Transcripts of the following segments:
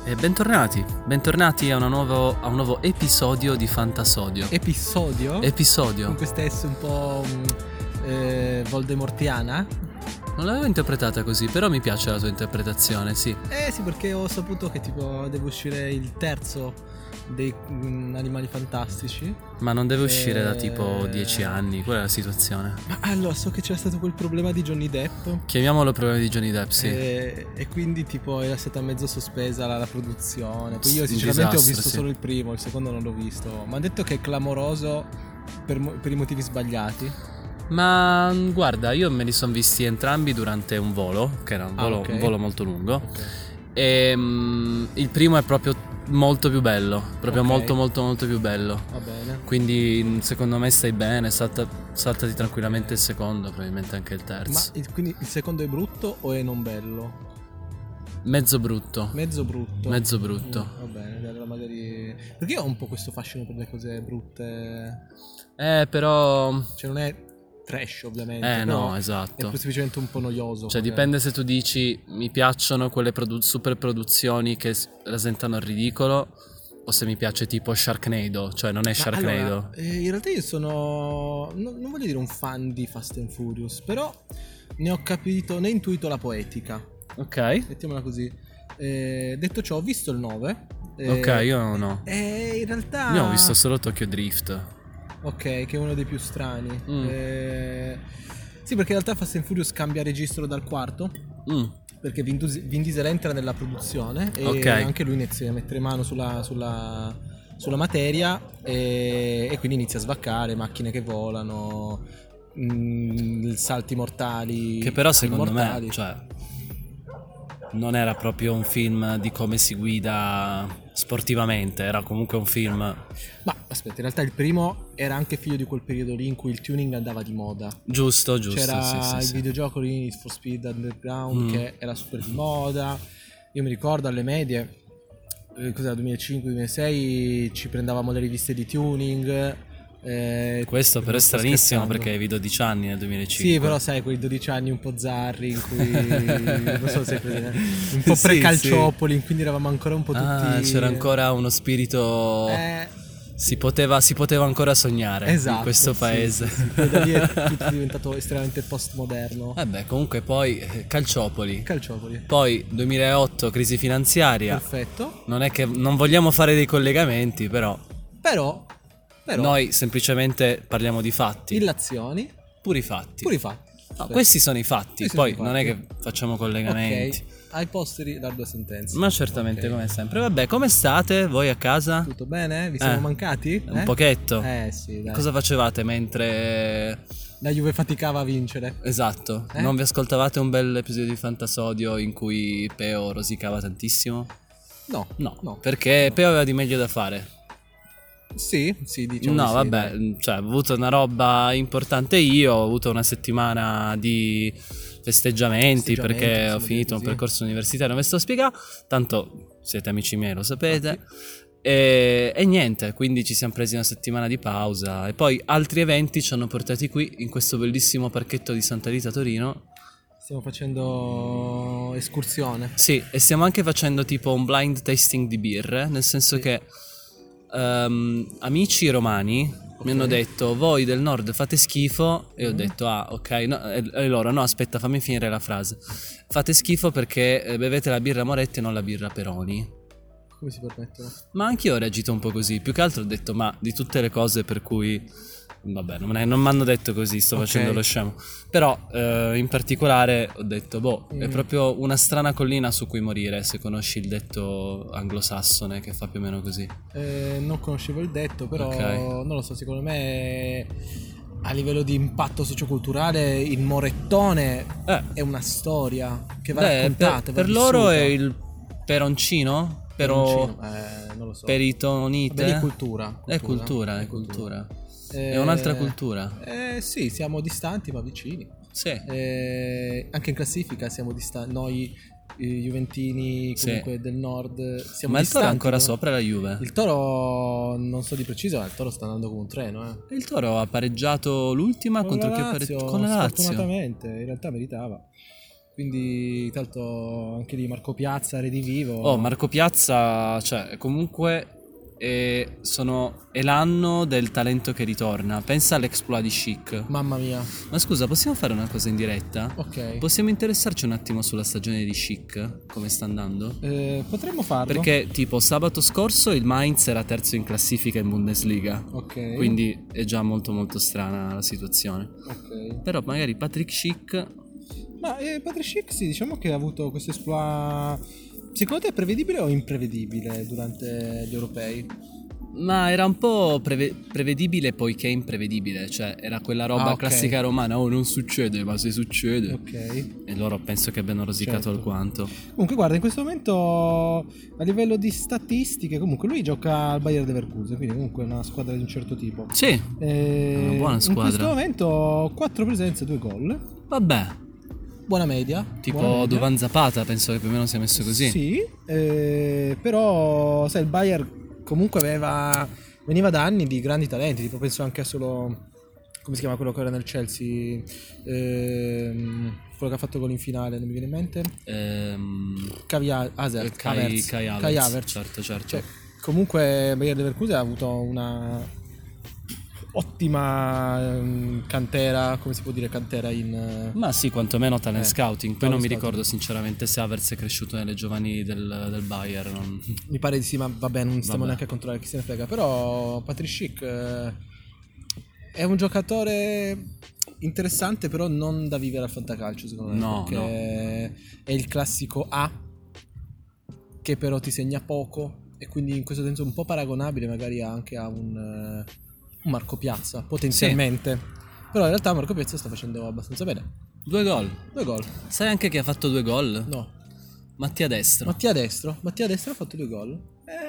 E bentornati a un nuovo episodio di Fantasodio. Episodio? Episodio. Con questa S un po' voldemortiana? Non l'avevo interpretata così, però mi piace la tua interpretazione, sì. Sì, perché ho saputo che tipo deve uscire il terzo dei Animali Fantastici. Ma non deve uscire da tipo 10 anni, qual è la situazione? Ma allora, so che c'era stato quel problema di Johnny Depp. Chiamiamolo problema di Johnny Depp, sì. E quindi tipo era stata mezzo sospesa la produzione. Poi io Un sinceramente ho disastro, visto sì. solo il primo, il secondo non l'ho visto. Ma hanno detto che è clamoroso per i motivi sbagliati. Ma guarda, io me li sono visti entrambi durante un volo, che era un volo molto lungo. Ok. E il primo è proprio molto più bello, proprio Ok. molto più bello. Va bene. Quindi secondo me stai bene, saltati tranquillamente il secondo, probabilmente anche il Ma terzo. quindi il secondo è brutto o è non bello? Mezzo brutto. Mezzo brutto. Mezzo brutto. Va bene, allora magari. Perché io ho un po' questo fascino per le cose brutte. Però Cioè non è trash ovviamente. no, però È esatto. più semplicemente un po' noioso. Cioè magari. dipende se tu dici mi piacciono quelle super produzioni che rasentano il ridicolo, o se mi piace tipo Sharknado, cioè non è Ma Sharknado. allora, in realtà io sono. Non voglio dire un fan di Fast and Furious, però ne ho capito, ne ho intuito la poetica. Ok. Mettiamola così. Detto ciò, ho visto il 9. Ok, io no. In realtà. Io ho visto solo Tokyo Drift. Ok, che è uno dei più strani. Mm. Sì, perché in realtà Fast and Furious cambia registro dal quarto. Mm. Perché Vin Diesel entra nella produzione e Ok. anche lui inizia a mettere mano sulla materia e quindi inizia a svaccare, macchine che volano, salti mortali. Che però secondo immortali. me, cioè, non era proprio un film di come si guida sportivamente, era comunque un film. Ma aspetta, in realtà il primo era anche figlio di quel periodo lì in cui il tuning andava di moda. Giusto, C'era sì, il sì. videogioco di Need for Speed Underground che era super di moda. Io mi ricordo alle medie, cos'era 2005-2006, ci prendavamo le riviste di tuning. Questo però è non sto stranissimo scherzando. perché avevi 12 anni nel 2005. Sì, però sai, quei 12 anni un po' zarri in cui non so se è presente, un po' Sì, pre-calciopoli, in quindi eravamo ancora un po' tutti. c'era ancora uno spirito. Si poteva ancora sognare Esatto, in questo sì, paese. sì. Poi da lì è tutto diventato estremamente postmoderno. Vabbè, comunque poi Calciopoli. Calciopoli. Poi 2008 crisi finanziaria. Perfetto. Non è che non vogliamo fare dei collegamenti, però Però noi semplicemente parliamo di fatti. illazioni, Puri fatti. puri fatti. No, questi sono i fatti. Questi sono Poi i non è fatti. che facciamo collegamenti. Ok, ai posteri dar due sentenze. Ma certamente, Ok. come sempre. Vabbè, come state voi a casa? Tutto bene? Vi siamo mancati? Un pochetto. Sì, dai. Cosa facevate mentre. La Juve faticava a vincere. Esatto, non vi ascoltavate un bel episodio di Fantasodio in cui Peo rosicava tantissimo? No. Perché Peo aveva di meglio da fare. Sì, diciamo No, di sì, vabbè, dai. cioè ho avuto una roba importante io, ho avuto una settimana di festeggiamenti perché ho possiamo finito dire un così. percorso universitario, non vi sto a spiegare, tanto siete amici miei, lo sapete. E niente, quindi ci siamo presi una settimana di pausa e poi altri eventi ci hanno portati qui in questo bellissimo parchetto di Santa Rita Torino. Stiamo facendo escursione. Sì, e stiamo anche facendo tipo un blind tasting di birre, nel senso che amici romani mi hanno detto voi del nord fate schifo e ho detto ah ok, no, e loro no aspetta fammi finire la frase, fate schifo perché bevete la birra Moretti e non la birra Peroni. Come si permettono? Ma anch'io ho reagito un po' così, più che altro ho detto ma di tutte le cose per cui. Vabbè, non mi hanno detto così, sto facendo lo scemo. Però in particolare ho detto è proprio una strana collina su cui morire, se conosci il detto anglosassone che fa più o meno così. Non conoscevo il detto, però Ok. non lo so, secondo me a livello di impatto socioculturale il morettone è una storia che va raccontata. Per va loro è vissuta. il peroncino? Peroncino, non lo so. Peritonite? Vabbè, lì cultura. È cultura. È un'altra cultura. Sì, siamo distanti ma vicini. Sì. Anche in classifica siamo distanti. Noi juventini comunque del nord siamo Ma il Toro è distanti, ancora no? sopra la Juve? Il Toro non so di preciso, ma il Toro sta andando come un treno. Il Toro ha pareggiato l'ultima Con contro la chi ha Lazio, pareggiato? Con la Lazio. sfortunatamente, in realtà meritava. Quindi tanto anche lì Marco Piazza, Redivivo. Oh, Marco Piazza, cioè, comunque è l'anno del talento che ritorna. Pensa all'Exploit di Chic. Mamma mia. Ma scusa, possiamo fare una cosa in diretta? Ok. Possiamo interessarci un attimo sulla stagione di Chic? Come sta andando? Potremmo farlo. Perché tipo sabato scorso il Mainz era terzo in classifica in Bundesliga. Ok. Quindi è già molto molto strana la situazione. Ok. Però magari Patrick Schick. Ma Patrick Schick sì, diciamo che ha avuto questo exploit. Secondo te è prevedibile o imprevedibile durante gli europei? Ma era un po' prevedibile poiché imprevedibile. Cioè era quella roba ok. classica romana. Oh, non succede, ma se succede. Ok. E loro penso che abbiano rosicato Certo. alquanto. Comunque guarda, in questo momento a livello di statistiche, comunque lui gioca al Bayer Leverkusen, quindi comunque è una squadra di un certo tipo. Sì, una buona squadra. In questo momento 4 presenze, 2 gol. vabbè. Buona media. Tipo buona media. Duvan Zapata, penso che più o meno sia messo così. Sì, però sai, il Bayer comunque veniva da anni di grandi talenti, tipo penso anche a solo, come si chiama quello che era nel Chelsea, quello che ha fatto gol in finale, non mi viene in mente. Kai Havertz. Kai Havertz, certo. Cioè, comunque Bayer Leverkusen ha avuto una ottima cantera, come si può dire cantera in... Ma sì, quantomeno talent scouting. Poi non mi scouting. ricordo sinceramente se Havertz è cresciuto nelle giovani del Bayern. Mi pare di sì, ma vabbè, non stiamo Vabbè. neanche a controllare chi se ne frega. Però Patrick Schick è un giocatore interessante, però non da vivere al fantacalcio, secondo me. No, perché è il classico A che però ti segna poco e quindi in questo senso un po' paragonabile magari anche a un Marco Piazza, potenzialmente. Però in realtà Marco Piazza sta facendo abbastanza bene. 2 gol. 2 gol. Sai anche chi ha fatto 2 gol? No. Mattia Destro. Mattia Destro ha fatto 2 gol.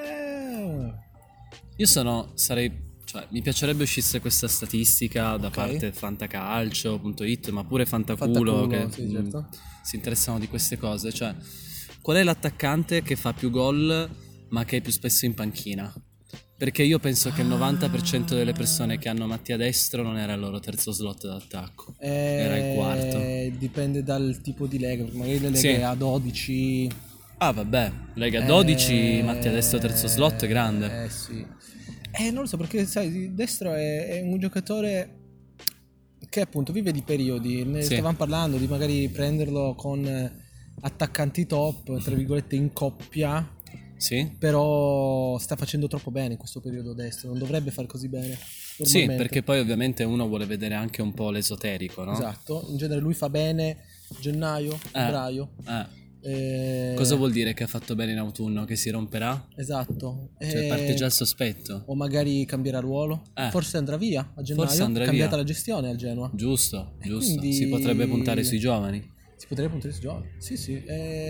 Io cioè, mi piacerebbe uscisse questa statistica da Ok. parte fantacalcio.it, ma pure Fantaculo, Fantaculo, che sì, certo. si interessano di queste cose. Cioè, qual è l'attaccante che fa più gol ma che è più spesso in panchina? Perché io penso che il 90% delle persone che hanno Mattia Destro non era il loro terzo slot d'attacco, era il quarto. Dipende dal tipo di lega, perché magari le Sì. leghe a 12. Ah vabbè, Lega 12, Mattia Destro terzo slot, grande. Sì. Non lo so, perché sai, Destro è un giocatore che appunto vive di periodi. Ne Sì. stavamo parlando di magari prenderlo con attaccanti top, tra virgolette in coppia. Sì? Però sta facendo troppo bene in questo periodo Destro, non dovrebbe far così bene. Sì, normalmente. perché poi ovviamente uno vuole vedere anche un po' l'esoterico, no? Esatto, in genere lui fa bene gennaio, febbraio. Cosa vuol dire che ha fatto bene in autunno? Che si romperà? Esatto. Cioè parte già il sospetto. O magari cambierà ruolo. Forse andrà via a gennaio. Forse andrà cambiata via. la gestione al Genoa. Giusto. quindi- Si potrebbe puntare sui giovani. Si potrebbe puntare sui giovani. Sì.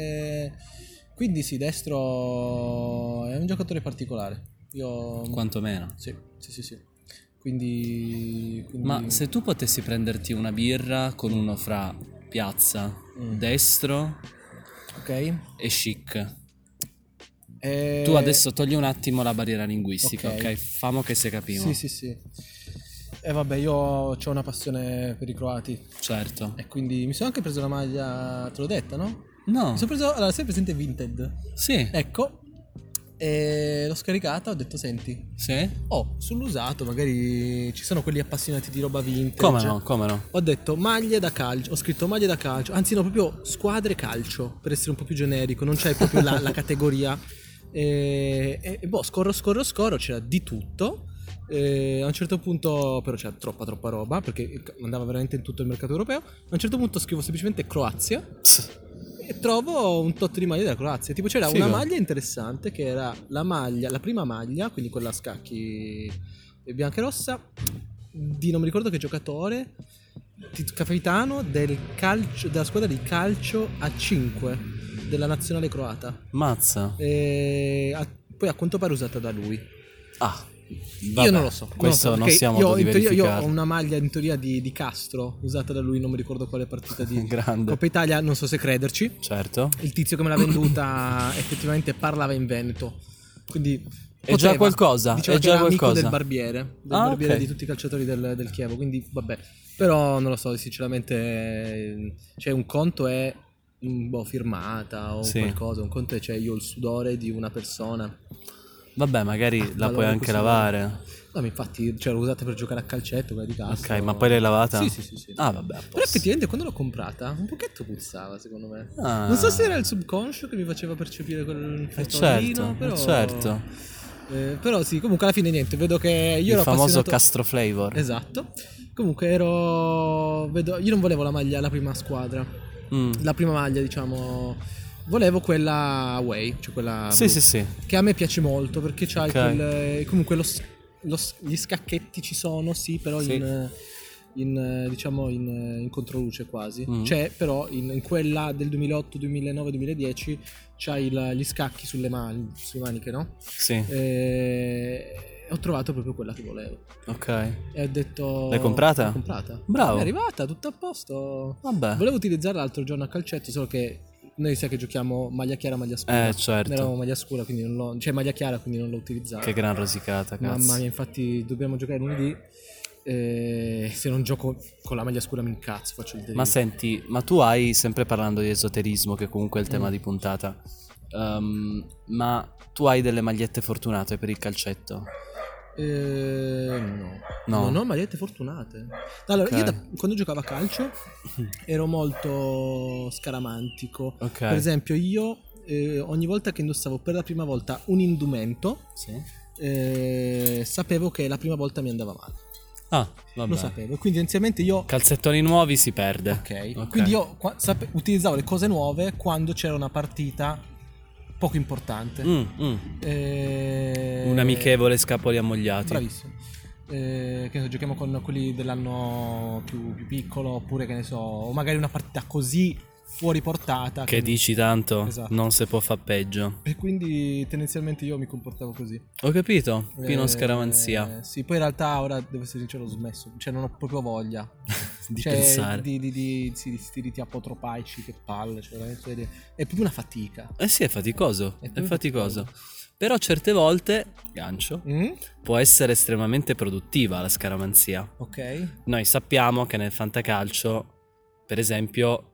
Quindi sì, Destro è un giocatore particolare. Io... Quantomeno. Sì. Quindi... Ma se tu potessi prenderti una birra con uno fra Piazza, Destro Ok. e Chic, tu adesso togli un attimo la barriera linguistica, ok? Famo che se capiamo. Sì. E vabbè, io ho una passione per i croati. Certo. E quindi mi sono anche preso la maglia, te l'ho detta, no? No. Mi sono preso, allora, sei presente Vinted? Sì. Ecco, e l'ho scaricata, ho detto, senti, Sì? sull'usato magari ci sono quelli appassionati di roba vintage. Come no? Ho detto maglie da calcio, ho scritto maglie da calcio, anzi no, proprio squadre calcio, per essere un po' più generico, non c'è proprio la categoria. E boh, scorro, c'era di tutto. A un certo punto però c'era troppa roba, perché andava veramente in tutto il mercato europeo. A un certo punto scrivo semplicemente Croazia e trovo un tot di maglie della Croazia. Tipo c'era Figo. una maglia interessante che era la prima maglia, quindi quella a scacchi bianca e rossa, di non mi ricordo che giocatore, capitano della squadra di calcio a 5 della nazionale croata. Mazza. Poi a quanto pare usata da lui. Ah. Vabbè, io non lo so. Questo non perché siamo io, tutti verificati. io ho una maglia in teoria di Castro usata da lui, non mi ricordo quale partita di Grande. Coppa Italia, non so se crederci. Certo. Il tizio che me l'ha venduta effettivamente parlava in veneto. Quindi È già qualcosa, diceva è che già era amico qualcosa. del barbiere Ok. di tutti i calciatori del Chievo, quindi vabbè. Però non lo so, sinceramente, cioè un conto è firmata o Sì. qualcosa. Un conto è c'è io il sudore di una persona. Vabbè, magari la puoi valore anche questo lavare. No, ma infatti l'ho usata per giocare a calcetto, quella di casa. Ok, ma poi l'hai lavata? Sì. Ah, vabbè, a Però posto. effettivamente quando l'ho comprata un pochetto puzzava, secondo me. Ah. Non so se era il subconscio che mi faceva percepire quel certo, però certo. però sì, comunque alla fine niente, vedo che io Il ero famoso appassionato. Castro Flavor. Esatto. Comunque io non volevo la prima squadra. La prima maglia, diciamo. Volevo quella away, cioè quella Sì, blu, sì. che a me piace molto perché c'hai Ok. comunque gli scacchetti ci sono, sì, però Sì. in controluce quasi. Mm. C'è però in quella del 2008, 2009, 2010 c'hai gli scacchi sulle maniche, no? Sì. Ho trovato proprio quella che volevo. Ok. E ho detto... L'hai comprata? L'ho comprata. Bravo. È arrivata, tutto a posto. Vabbè. Volevo utilizzarla l'altro giorno a calcetto, solo che noi sai che giochiamo maglia chiara, maglia scura. Certo. Noi eravamo maglia scura, quindi maglia chiara, quindi non l'ho utilizzata. Che gran rosicata, cazzo. Mamma mia, infatti dobbiamo giocare lunedì. Se non gioco con la maglia scura mi incazzo, faccio il delirio. Ma senti, ma tu hai, sempre parlando di esoterismo, che comunque è il tema di puntata, ma tu hai delle magliette fortunate per il calcetto? No. No. Non ho magliette fortunate. Allora, Ok. io quando giocavo a calcio ero molto scaramantico. Ok. Per esempio, io ogni volta che indossavo per la prima volta un indumento, Sì. sapevo che la prima volta mi andava male. Ah, vabbè. Lo sapevo. Quindi inizialmente io... Calzettoni nuovi si perde. Ok. Quindi io utilizzavo le cose nuove quando c'era una partita poco importante. Un amichevole scapoli ammogliati. Bravissimo. Che ne so, giochiamo con quelli dell'anno più piccolo, oppure che ne so, o magari una partita così fuori portata Che dici tanto, Esatto. non si può far peggio. E quindi tendenzialmente io mi comportavo così. Ho capito, pieno scaramanzia. Sì, poi in realtà ora devo essere sincero, ho smesso, cioè non ho proprio voglia Di cioè, pensare. di sti riti apotropaici, che palle, cioè, veramente, è proprio una fatica. Eh sì, è faticoso, È è proprio faticoso. Però certe volte, gancio, Mm? può essere estremamente produttiva la scaramanzia. Ok. Noi sappiamo che nel fantacalcio, per esempio,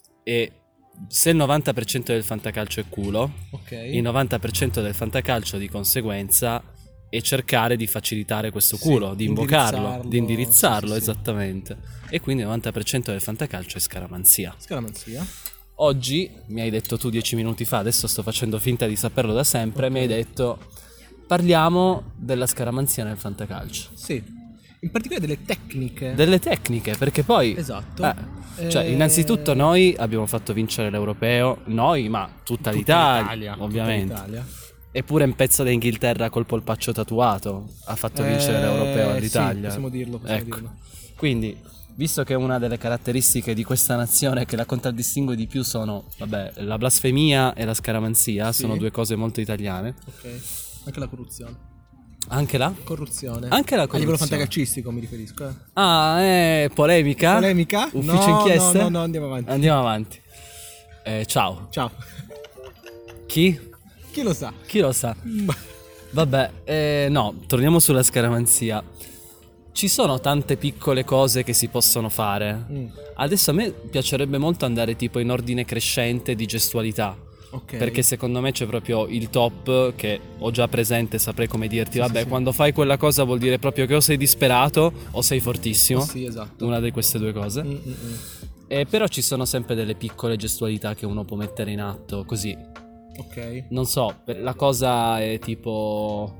se il 90% del fantacalcio è culo, Ok. il 90% del fantacalcio di conseguenza è cercare di facilitare questo Sì, culo, di invocarlo, indirizzarlo. di indirizzarlo, Sì, sì, sì. esattamente. E quindi il 90% del fantacalcio è scaramanzia. Scaramanzia. Oggi, mi hai detto tu 10 minuti fa, adesso sto facendo finta di saperlo da sempre, mi hai detto parliamo della scaramanzia nel fantacalcio. Sì. In particolare delle tecniche. Delle tecniche, perché poi... Esatto. Cioè, innanzitutto noi abbiamo fatto vincere l'Europeo, noi, ma tutta l'Italia, ovviamente. Tutta l'Italia. Eppure un pezzo d'Inghilterra col polpaccio tatuato ha fatto vincere l'Europeo all'Italia. Sì, possiamo dirlo. Ecco. Quindi, visto che una delle caratteristiche di questa nazione che la contraddistingue di più sono, vabbè, la blasfemia e la scaramanzia, Sì. sono due cose molto italiane. Ok. Anche la corruzione. Anche la? Corruzione. Anche la A livello corruzione. fantacalcistico mi riferisco. Polemica? Polemica? Ufficio No, inchieste? no, andiamo avanti. Andiamo avanti. Ciao. Ciao. Chi? Chi lo sa? Chi lo sa? Vabbè, no, torniamo sulla scaramanzia. Ci sono tante piccole cose che si possono fare. Adesso a me piacerebbe molto andare tipo in ordine crescente di gestualità. Ok. Perché secondo me c'è proprio il top che ho già presente, saprei come dirti. Vabbè, sì. quando fai quella cosa vuol dire proprio che o sei disperato o sei fortissimo. Sì, esatto. Una di queste due cose. Però ci sono sempre delle piccole gestualità che uno può mettere in atto così. Ok. Non so, la cosa è tipo...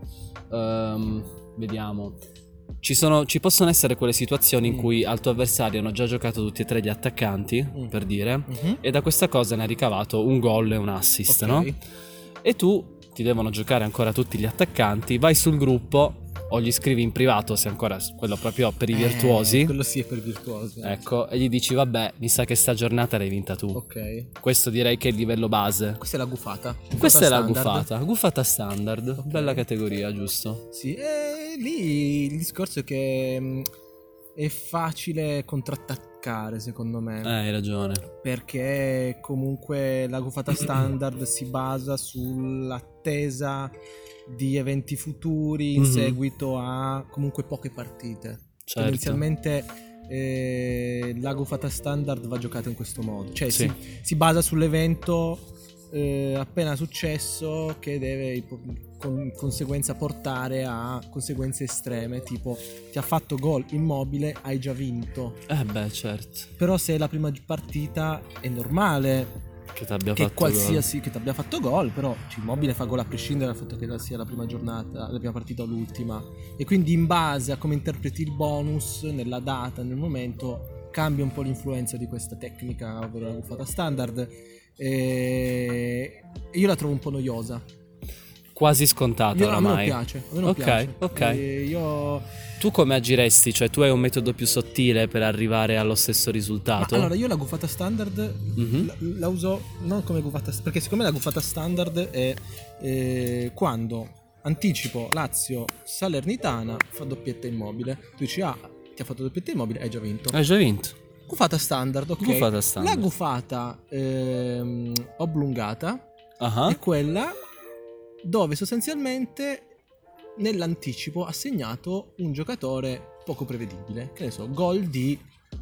vediamo. Ci possono essere quelle situazioni in cui al tuo avversario hanno già giocato tutti e tre gli attaccanti, per dire, e da questa cosa ne ha ricavato un gol e un assist, Ok. no? E tu ti devono giocare ancora tutti gli attaccanti, vai sul gruppo o gli scrivi in privato, se ancora quello proprio per i virtuosi. Quello sì è per i virtuosi. Ecco, e gli dici vabbè, mi sa che sta giornata l'hai vinta tu. Ok. Questo direi che è il livello base. Questa è la gufata. Questa è la standard. gufata standard, bella categoria, giusto? Sì, e lì il discorso è che è facile contrattaccare, secondo me. Hai ragione. Perché comunque la gufata standard si basa sull'attesa di eventi futuri in seguito a comunque poche partite. Certo. Tendenzialmente La gufata standard va giocata in questo modo, cioè Sì. si basa sull'evento appena successo, che deve con conseguenza portare a conseguenze estreme, tipo ti ha fatto gol Immobile, hai già vinto. Beh, certo. Però se è la prima partita è normale Che ti abbia che fatto qualsiasi che ti abbia fatto gol, però Immobile fa gol a prescindere dal fatto che sia la prima giornata, la prima partita o l'ultima, e quindi in base a come interpreti il bonus nella data, nel momento, cambia un po' l'influenza di questa tecnica, ovvero la gufata standard, e io la trovo un po' noiosa. quasi scontato A me non oramai. piace, a me non Ok, piace. ok. Io Tu come agiresti? Cioè tu hai un metodo più sottile per arrivare allo stesso risultato? allora io la gufata standard Mhm. la uso non come gufata, perché siccome la gufata standard è quando anticipo Lazio Salernitana fa doppietta Immobile, tu dici ti ha fatto doppietta Immobile, hai già vinto. Hai già vinto. Gufata standard, ok. Gufata standard. La gufata oblungata Ah. è quella dove sostanzialmente nell'anticipo ha segnato un giocatore poco prevedibile, che ne so, gol di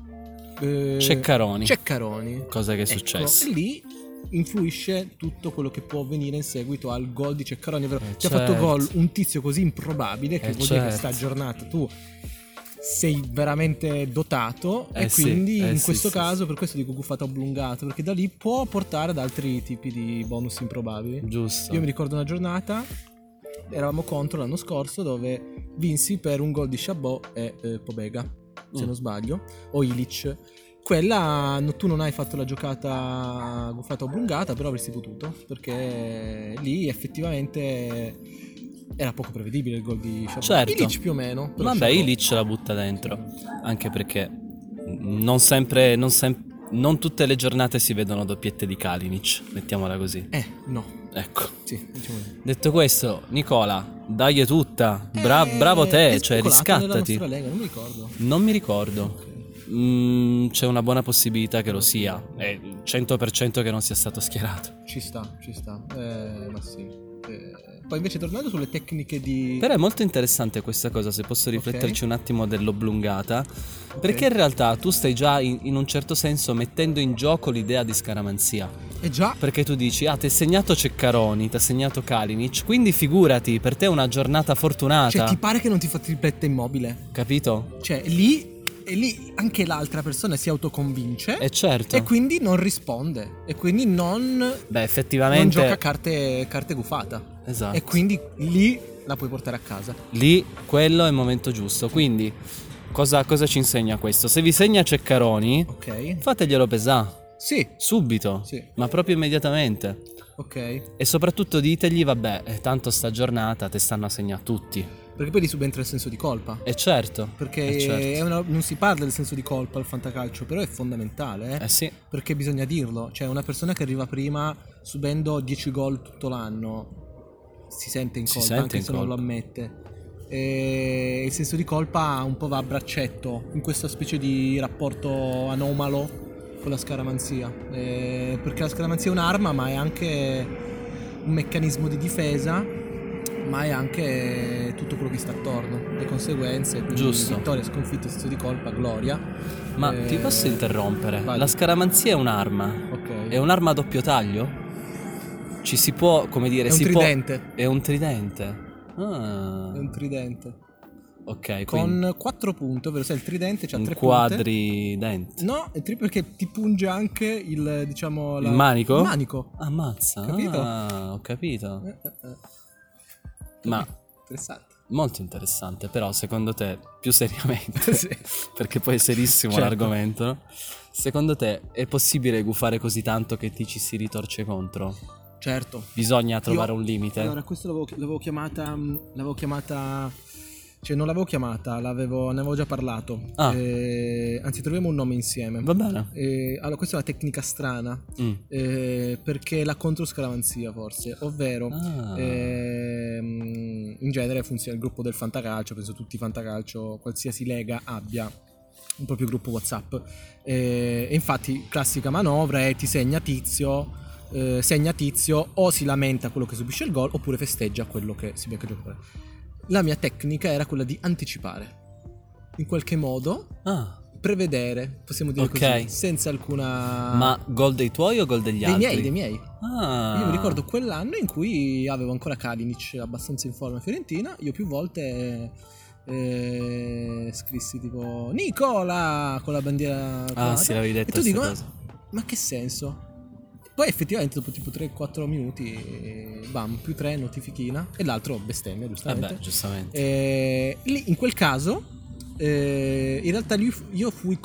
Ceccaroni. Cosa che è Ecco, successo? e lì influisce tutto quello che può avvenire in seguito al gol di Ceccaroni, ovvero ti ha certo. fatto gol un tizio così improbabile che vuol dire che certo. sta giornata tu sei veramente dotato, e Sì, quindi in sì, questo sì, caso per questo dico gufata oblungata, perché da lì può portare ad altri tipi di bonus improbabili. Giusto. Io mi ricordo una giornata, eravamo contro l'anno scorso, dove vinsi per un gol di Chabot e Pobega, se non sbaglio, o Ilic. Quella tu non hai fatto la giocata gufata oblungata, però avresti potuto, perché lì effettivamente era poco prevedibile il gol di Chabot. Certo. Ilic più o meno, però Vabbè, Chabot. Ilic la butta dentro. Anche perché non tutte le giornate si vedono doppiette di Kalinic, mettiamola così. No. Ecco. Sì, diciamo così. Detto questo, Nicola, dai tutta. Bravo te, È cioè svincolato nella riscattati. nostra Lega, non mi ricordo. Non mi ricordo. C'è una buona possibilità che lo sia. È 100% che non sia stato schierato. Ci sta. Ma sì. Poi invece tornando sulle tecniche di... Però è molto interessante questa cosa, se posso rifletterci un attimo dell'oblungata, perché in realtà tu stai già in un certo senso mettendo in gioco l'idea di scaramanzia. già. Perché tu dici, ti ha segnato Ceccaroni, ti ha segnato Kalinic, quindi figurati, per te è una giornata fortunata. Cioè ti pare che non ti fa tripletta Immobile? Capito? Cioè lì anche l'altra persona si autoconvince E certo. e quindi non risponde, e quindi non Effettivamente. gioca carte gufata. Esatto. E quindi lì la puoi portare a casa. Lì quello è il momento giusto. Quindi cosa ci insegna questo? Se vi segna Ceccaroni, Ok. fateglielo pesare. Sì. Subito. Sì. Ma proprio immediatamente. Ok. E soprattutto ditegli, vabbè, tanto sta giornata te stanno a segnare tutti. Perché poi lì subentra il senso di colpa. E certo. Perché certo. non si parla del senso di colpa al fantacalcio, però è fondamentale, Sì. perché bisogna dirlo. Cioè una persona che arriva prima subendo 10 gol tutto l'anno si sente in colpa, anche se non lo ammette. E il senso di colpa un po' va a braccetto in questa specie di rapporto anomalo con la scaramanzia, perché la scaramanzia è un'arma, ma è anche un meccanismo di difesa, ma è anche tutto quello che sta attorno, le conseguenze, quindi Giusto. vittoria, sconfitta, senso di colpa, gloria. Ma ti posso interrompere? Vai. La scaramanzia è un'arma. Ok. È un'arma a doppio taglio? Ci si può, come dire, È un si tridente. può... È un tridente. Ah. È un tridente. Ok, quindi Con 4 punti, ovvero se il tridente c'ha un 3 punte. quadridente. No, è perché ti punge anche il, diciamo, Il manico? Il manico. Ammazza. Capito? Ho capito. Ma Interessante. molto interessante, però secondo te, più seriamente, Sì. perché poi è serissimo Certo. l'argomento, no? Secondo te è possibile gufare così tanto che ti ci si ritorce contro? Certo. Bisogna trovare un limite. Allora, questo l'avevo chiamata, cioè non l'avevo chiamata, ne avevo già parlato. Ah. Anzi, troviamo un nome insieme. Va bene. Allora, questa è una tecnica strana, Mm. perché è la controscaramanzia, forse, ovvero Ah. in genere funziona il gruppo del fantacalcio, penso tutti i fantacalcio, qualsiasi lega abbia un proprio gruppo WhatsApp, e infatti classica manovra è ti segna tizio, o si lamenta quello che subisce il gol oppure festeggia quello che si becca a giocare. La mia tecnica era quella di anticipare in qualche modo, Ah. prevedere, possiamo dire così, senza alcuna... Ma gol dei tuoi o gol degli altri? Dei miei. Ah. Io mi ricordo quell'anno in cui avevo ancora Kalinic abbastanza in forma Fiorentina, io più volte scrissi tipo Nicola con la bandiera croata. Sì, l'avevi detto. E tu dico, ma che senso? Poi effettivamente dopo tipo 3-4 minuti bam, più 3 notifichina e l'altro bestemmia giustamente. Giustamente. Lì in quel caso in realtà io fui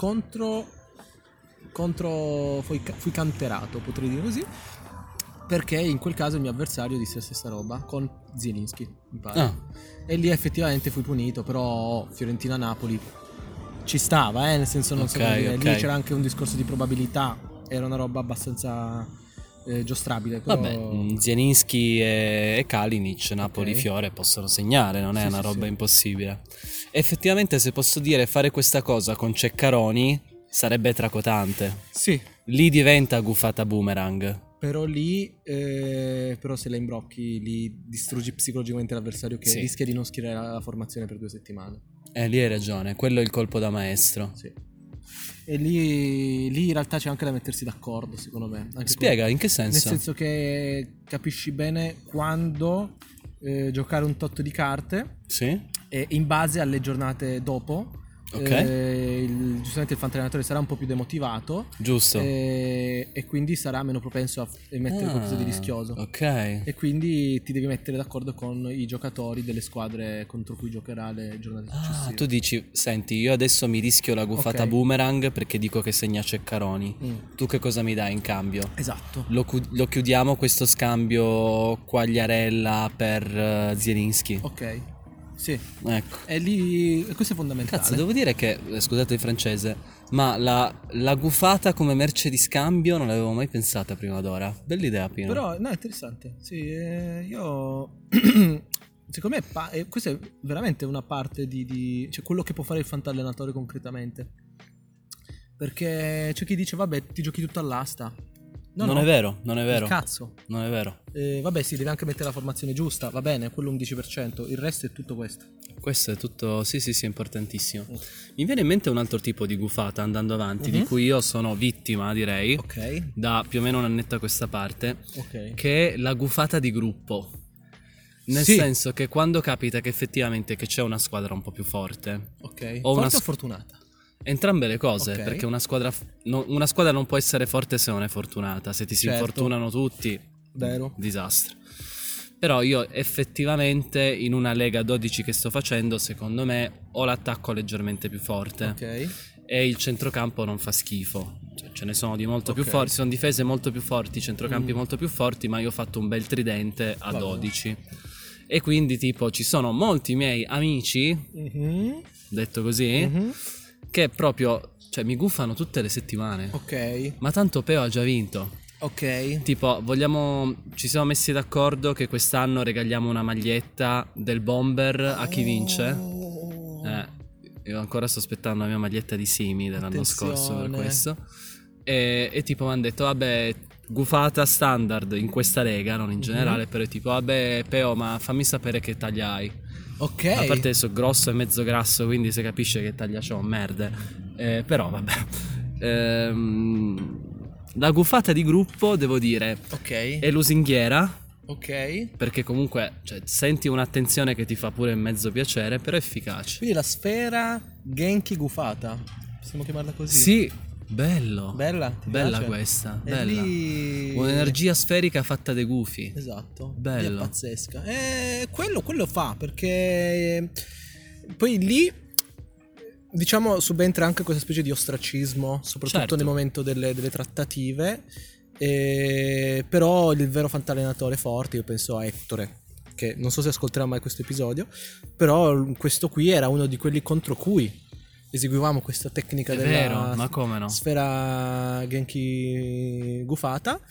fui canterato, potrei dire così, perché in quel caso il mio avversario disse la stessa roba con Zielinski, mi pare. E lì effettivamente fui punito, però Fiorentina-Napoli ci stava, nel senso non so come dire. Lì c'era anche un discorso di probabilità, era una roba abbastanza giostrabile, però... Vabbè, Zielinski e Kalinic, Napoli-Fiore possono segnare, non è una roba impossibile. Effettivamente, se posso dire, fare questa cosa con Ceccaroni sarebbe tracotante. Sì. Lì diventa gufata boomerang. Però lì, però se la imbrocchi, lì distruggi psicologicamente l'avversario che rischia di non schierare la formazione per 2 settimane. Lì hai ragione, quello è il colpo da maestro. Sì. E lì in realtà c'è anche da mettersi d'accordo, secondo me. Anche Spiega, in che senso? Nel senso che capisci bene quando giocare un tot di carte. Sì. E in base alle giornate dopo. Giustamente il fanallenatore sarà un po' più demotivato, giusto, e quindi sarà meno propenso a mettere qualcosa di rischioso. E quindi ti devi mettere d'accordo con i giocatori delle squadre contro cui giocherà le giornate successive. Tu dici, senti, io adesso mi rischio la gufata boomerang perché dico che segna Ceccaroni. Tu che cosa mi dai in cambio? Esatto. Lo chiudiamo questo scambio Quagliarella per Zielinski. Ok. Sì, ecco. E lì questo è fondamentale. Cazzo, devo dire che, scusate il francese, ma la gufata come merce di scambio non l'avevo mai pensata prima d'ora. Bella idea, Pino. Però, no, è interessante. Sì, io... Secondo me questa è veramente una parte cioè quello che può fare il fantallenatore concretamente. Perché c'è chi dice, vabbè, ti giochi tutto all'asta. Non è vero. Il cazzo. Non è vero. Vabbè, sì, deve anche mettere la formazione giusta, va bene, quello 11%, il resto è tutto questo. Questo è tutto, sì, è importantissimo. Mi viene in mente un altro tipo di gufata andando avanti, di cui io sono vittima, direi, da più o meno un annetto a questa parte, che è la gufata di gruppo. Nel senso che quando capita che effettivamente che c'è una squadra un po' più forte, forte o fortunata? Entrambe le cose, perché una squadra non può essere forte se non è fortunata. Se ti si infortunano tutti, vero, disastro. Però io effettivamente in una Lega 12 che sto facendo, secondo me ho l'attacco leggermente più forte e il centrocampo non fa schifo. Cioè, ce ne sono di molto più forti, sono difese molto più forti, centrocampi molto più forti, ma io ho fatto un bel tridente a 12. E quindi tipo ci sono molti miei amici, detto così, che proprio, cioè, mi gufano tutte le settimane. Ma tanto Peo ha già vinto. Tipo, ci siamo messi d'accordo che quest'anno regaliamo una maglietta del Bomber a chi vince. Io ancora sto aspettando la mia maglietta di Simi dell'anno scorso per questo. E tipo mi hanno detto, vabbè, gufata standard in questa lega, non in generale, però è tipo, vabbè Peo, ma fammi sapere che taglia hai. A parte adesso grosso e mezzo grasso, quindi si capisce che taglia c'ho, merde. Però vabbè. La gufata di gruppo, devo dire, è lusinghiera. Perché comunque, cioè, senti un'attenzione che ti fa pure mezzo piacere, però è efficace. Quindi la sfera Genki gufata, possiamo chiamarla così? Sì, bella piace? Questa, e bella. Lì... Un'energia sferica fatta dei gufi. Esatto, bello, è pazzesca. Quello fa, perché poi lì, diciamo, subentra anche questa specie di ostracismo, soprattutto nel momento delle trattative. Però il vero fantallenatore forte, io penso a Ettore, che non so se ascolterà mai questo episodio, però questo qui era uno di quelli contro cui eseguivamo questa tecnica della ma come no? Sfera Genki gufata.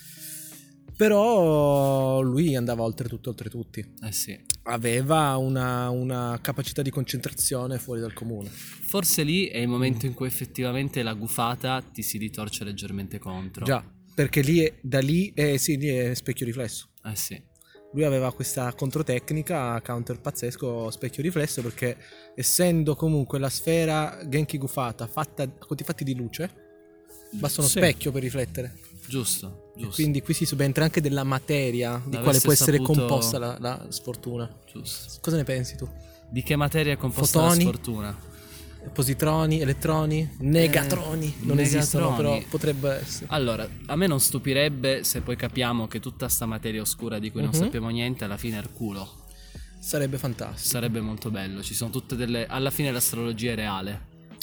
Però lui andava oltre tutto, oltre tutti. Sì. Aveva una capacità di concentrazione fuori dal comune. Forse lì è il momento in cui effettivamente la gufata ti si ritorce leggermente contro. Già, perché lì è specchio riflesso. Sì. lui aveva questa controtecnica, counter pazzesco, specchio riflesso, perché essendo comunque la sfera Genki Gufata fatta a conti fatti di luce, basta uno specchio per riflettere. Giusto. Quindi qui si subentra anche della materia di quale può essere composta la sfortuna. Giusto. Cosa ne pensi tu? Di che materia è composta Fotoni? la sfortuna? Positroni, elettroni, negatroni non esistono, però potrebbe essere. Allora, a me non stupirebbe se poi capiamo che tutta sta materia oscura di cui non sappiamo niente alla fine è il culo. Sarebbe fantastico. Sarebbe molto bello. Ci sono tutte delle... Alla fine l'astrologia è reale.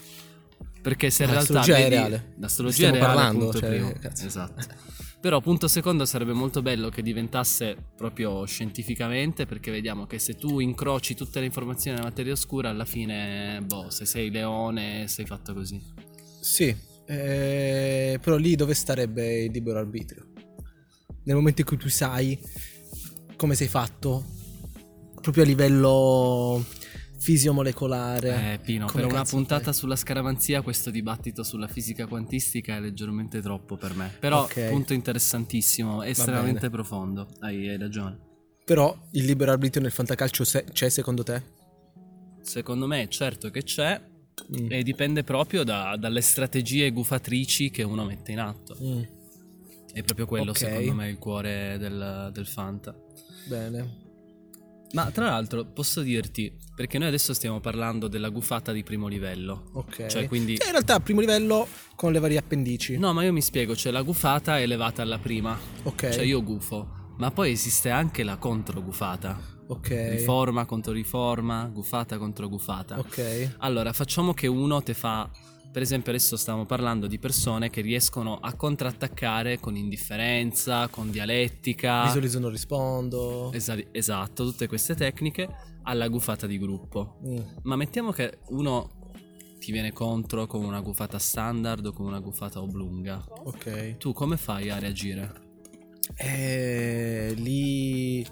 Perché se in realtà l'astrologia è vedi... reale. L'astrologia è reale, parlando, punto cioè, primo. cazzo. Esatto. Però punto secondo sarebbe molto bello che diventasse proprio scientificamente, perché vediamo che se tu incroci tutte le informazioni nella materia oscura, alla fine, se sei leone sei fatto così. Sì, però lì dove starebbe il libero arbitrio? Nel momento in cui tu sai come sei fatto, proprio a livello fisiomolecolare. Pino, per una puntata sulla scaramanzia questo dibattito sulla fisica quantistica è leggermente troppo per me. Però punto interessantissimo, estremamente profondo. Hai ragione. Però il libero arbitrio nel fantacalcio c'è secondo te? Secondo me certo che c'è, e dipende proprio dalle strategie gufatrici che uno mette in atto. È proprio quello secondo me il cuore del fanta. Bene. Ma tra l'altro posso dirti, perché noi adesso stiamo parlando della gufata di primo livello. Ok. Cioè quindi... Che in realtà primo livello con le varie appendici. No, ma io mi spiego, cioè la gufata è elevata alla prima. Ok. Cioè io gufo, ma poi esiste anche la controgufata. Ok. Riforma contro riforma, gufata contro gufata. Ok. Allora, facciamo che uno te fa... Per esempio adesso stiamo parlando di persone che riescono a contrattaccare con indifferenza, con dialettica. Visualizzo non rispondo. Esatto, tutte queste tecniche alla gufata di gruppo. Ma mettiamo che uno ti viene contro con una gufata standard o con una gufata oblunga. Ok. Tu come fai a reagire? Lì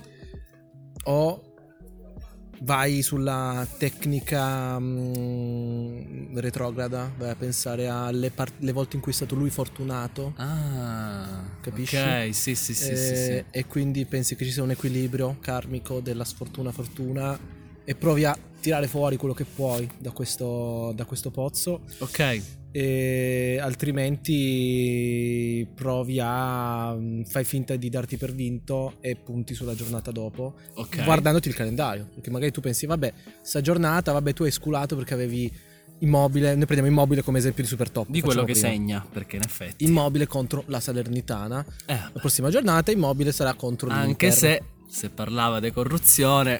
vai sulla tecnica retrograda, vai a pensare alle volte in cui è stato lui fortunato. Capisci? Ok, sì. E quindi pensi che ci sia un equilibrio karmico della sfortuna e provi a tirare fuori quello che puoi da questo pozzo. Ok. E altrimenti fai finta di darti per vinto e punti sulla giornata dopo, guardandoti il calendario, perché magari tu pensi vabbè, sta giornata, tu hai sculato perché avevi Immobile, noi prendiamo Immobile come esempio di super top di quello che prima. segna, perché in effetti Immobile contro la Salernitana, la prossima giornata Immobile sarà contro anche l'Inter. se parlava di corruzione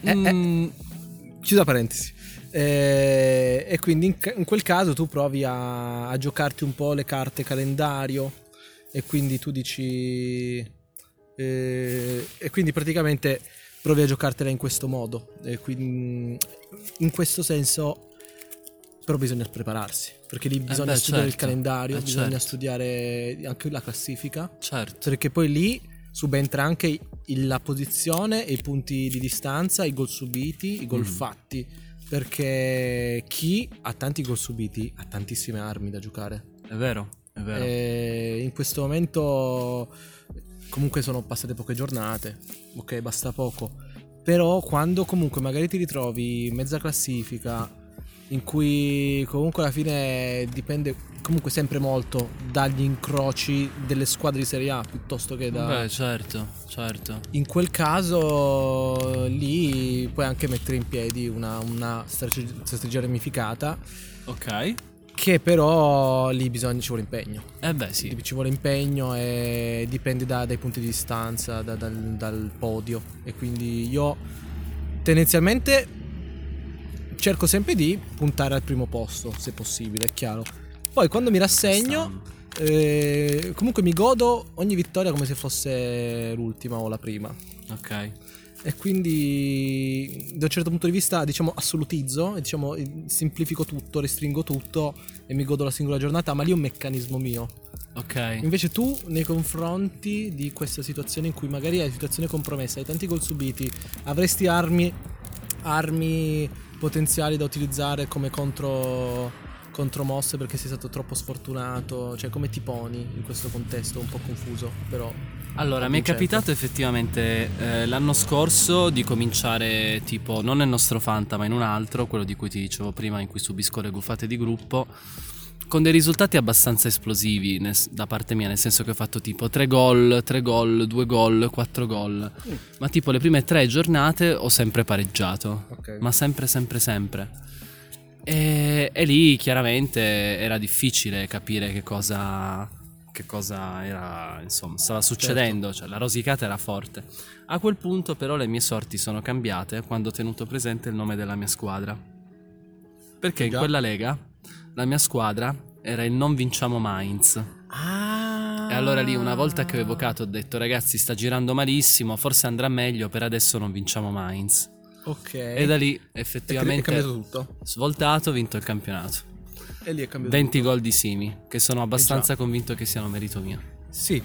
chiusa parentesi. E quindi in quel caso tu provi a giocarti un po' le carte calendario e quindi tu dici e quindi praticamente provi a giocartela in questo modo e quindi in questo senso però bisogna prepararsi, perché lì bisogna studiare il calendario, bisogna studiare anche la classifica, perché poi lì subentra anche la posizione e i punti di distanza, i gol subiti, i gol fatti, perché chi ha tanti gol subiti ha tantissime armi da giocare. È vero. E in questo momento comunque sono passate poche giornate, ok, basta poco, però quando comunque magari ti ritrovi in mezza classifica in cui comunque alla fine dipende comunque sempre molto dagli incroci delle squadre di Serie A piuttosto che da... Beh, certo. In quel caso lì puoi anche mettere in piedi una strategia ramificata. Ok. Che però lì ci vuole impegno. Sì. Ci vuole impegno e dipende dai punti di distanza, dal podio. E quindi io tendenzialmente cerco sempre di puntare al primo posto, se possibile, è chiaro. Poi quando mi rassegno, comunque mi godo ogni vittoria come se fosse l'ultima o la prima. Ok. E quindi da un certo punto di vista, diciamo, assolutizzo, diciamo, semplifico tutto, restringo tutto e mi godo la singola giornata, ma lì è un meccanismo mio. Ok. Invece tu, nei confronti di questa situazione in cui magari hai situazione compromessa, hai tanti gol subiti, avresti armi potenziali da utilizzare come contromosse perché sei stato troppo sfortunato, cioè come ti poni in questo contesto un po' confuso, però Allora, mi è capitato effettivamente l'anno scorso di cominciare tipo non nel nostro Fanta ma in un altro, quello di cui ti dicevo prima, in cui subisco le gufate di gruppo, con dei risultati abbastanza esplosivi da parte mia, nel senso che ho fatto tipo 3 gol, 2 gol, 4 gol, ma tipo le prime 3 giornate ho sempre pareggiato, ma sempre. E lì chiaramente era difficile capire che cosa era, insomma, stava succedendo, cioè la rosicata era forte. A quel punto però le mie sorti sono cambiate quando ho tenuto presente il nome della mia squadra, perché in quella lega la mia squadra era il Non Vinciamo Mainz. E allora lì, una volta che ho evocato, ho detto ragazzi, sta girando malissimo, forse andrà meglio, per adesso Non Vinciamo Mainz. Ok. E da lì effettivamente è cambiato tutto. Svoltato, ho vinto il campionato. E lì è cambiato 20 tutto. gol di Simi, che sono abbastanza convinto che siano merito mio. Sì,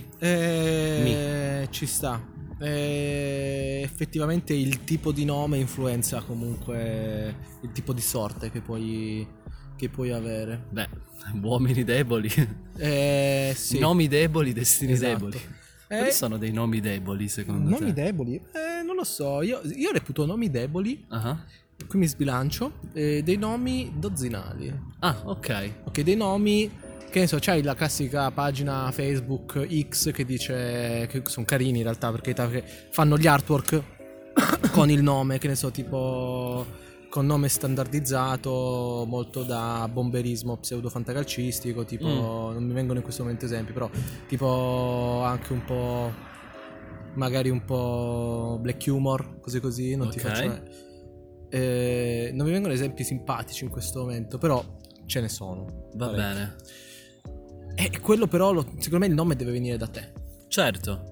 ci sta. Effettivamente il tipo di nome influenza comunque il tipo di sorte che puoi avere. Beh, uomini deboli. Sì. Nomi deboli, destini Esatto. deboli. Quali sono dei nomi deboli secondo te? Nomi deboli? Non lo so, io reputo nomi deboli. Qui mi sbilancio. Dei nomi dozzinali. Ah, ok. Ok, dei nomi, che ne so, c'hai la classica pagina Facebook X che dice che sono carini in realtà, perché fanno gli artwork con il nome, che ne so, tipo con nome standardizzato, molto da bomberismo pseudo fantacalcistico, tipo non mi vengono in questo momento esempi, però tipo anche un po', magari un po' black humor, così, non ti faccio non mi vengono esempi simpatici in questo momento, però ce ne sono. Va bene. E quello però, secondo me il nome deve venire da te. Certo.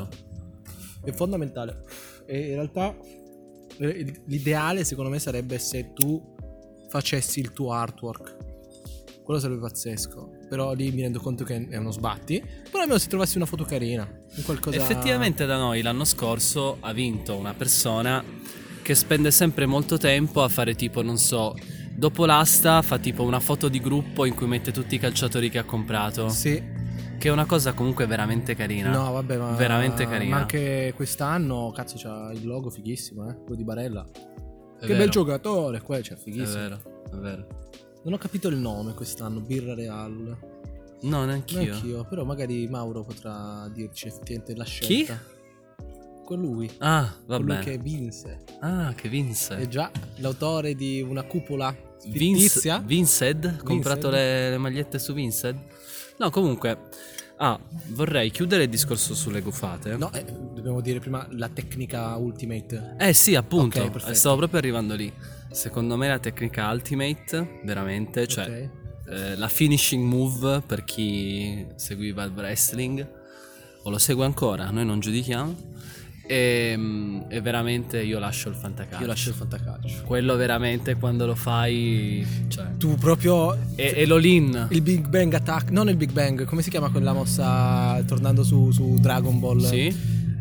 È fondamentale. E in realtà l'ideale secondo me sarebbe se tu facessi il tuo artwork. Quello sarebbe pazzesco. Però lì mi rendo conto che è uno sbatti. Però almeno se trovassi una foto carina, un qualcosa... Effettivamente da noi l'anno scorso ha vinto una persona che spende sempre molto tempo a fare tipo, non so, dopo l'asta fa tipo una foto di gruppo in cui mette tutti i calciatori che ha comprato. Sì. Che è una cosa comunque veramente carina. No, vabbè, ma veramente carina. Ma anche quest'anno, cazzo, c'ha il logo fighissimo, quello di Barella. Che vero. bel giocatore, quello c'è fighissimo. È vero. Non ho capito il nome quest'anno, Birra Real. No, neanch'io. Neanch'io, però magari Mauro potrà dirci effettivamente la scelta. Chi? Lui. Ah, va bene. Che vinse. Ah, che vinse. È già l'autore di una cupola fittizia. Vinced? Comprato le magliette su Vinced? No, comunque. Vorrei chiudere il discorso sulle gufate. No, dobbiamo dire prima la tecnica Ultimate. Sì, appunto. Okay, stavo proprio arrivando lì. Secondo me la tecnica Ultimate, veramente, cioè la finishing move per chi seguiva il wrestling o lo segue ancora, noi non giudichiamo. E veramente io lascio il fantacalcio. Quello veramente quando lo fai, cioè, tu proprio e l'all-in. Il Big Bang Attack, non il Big Bang, come si chiama quella mossa tornando su Dragon Ball? Sì.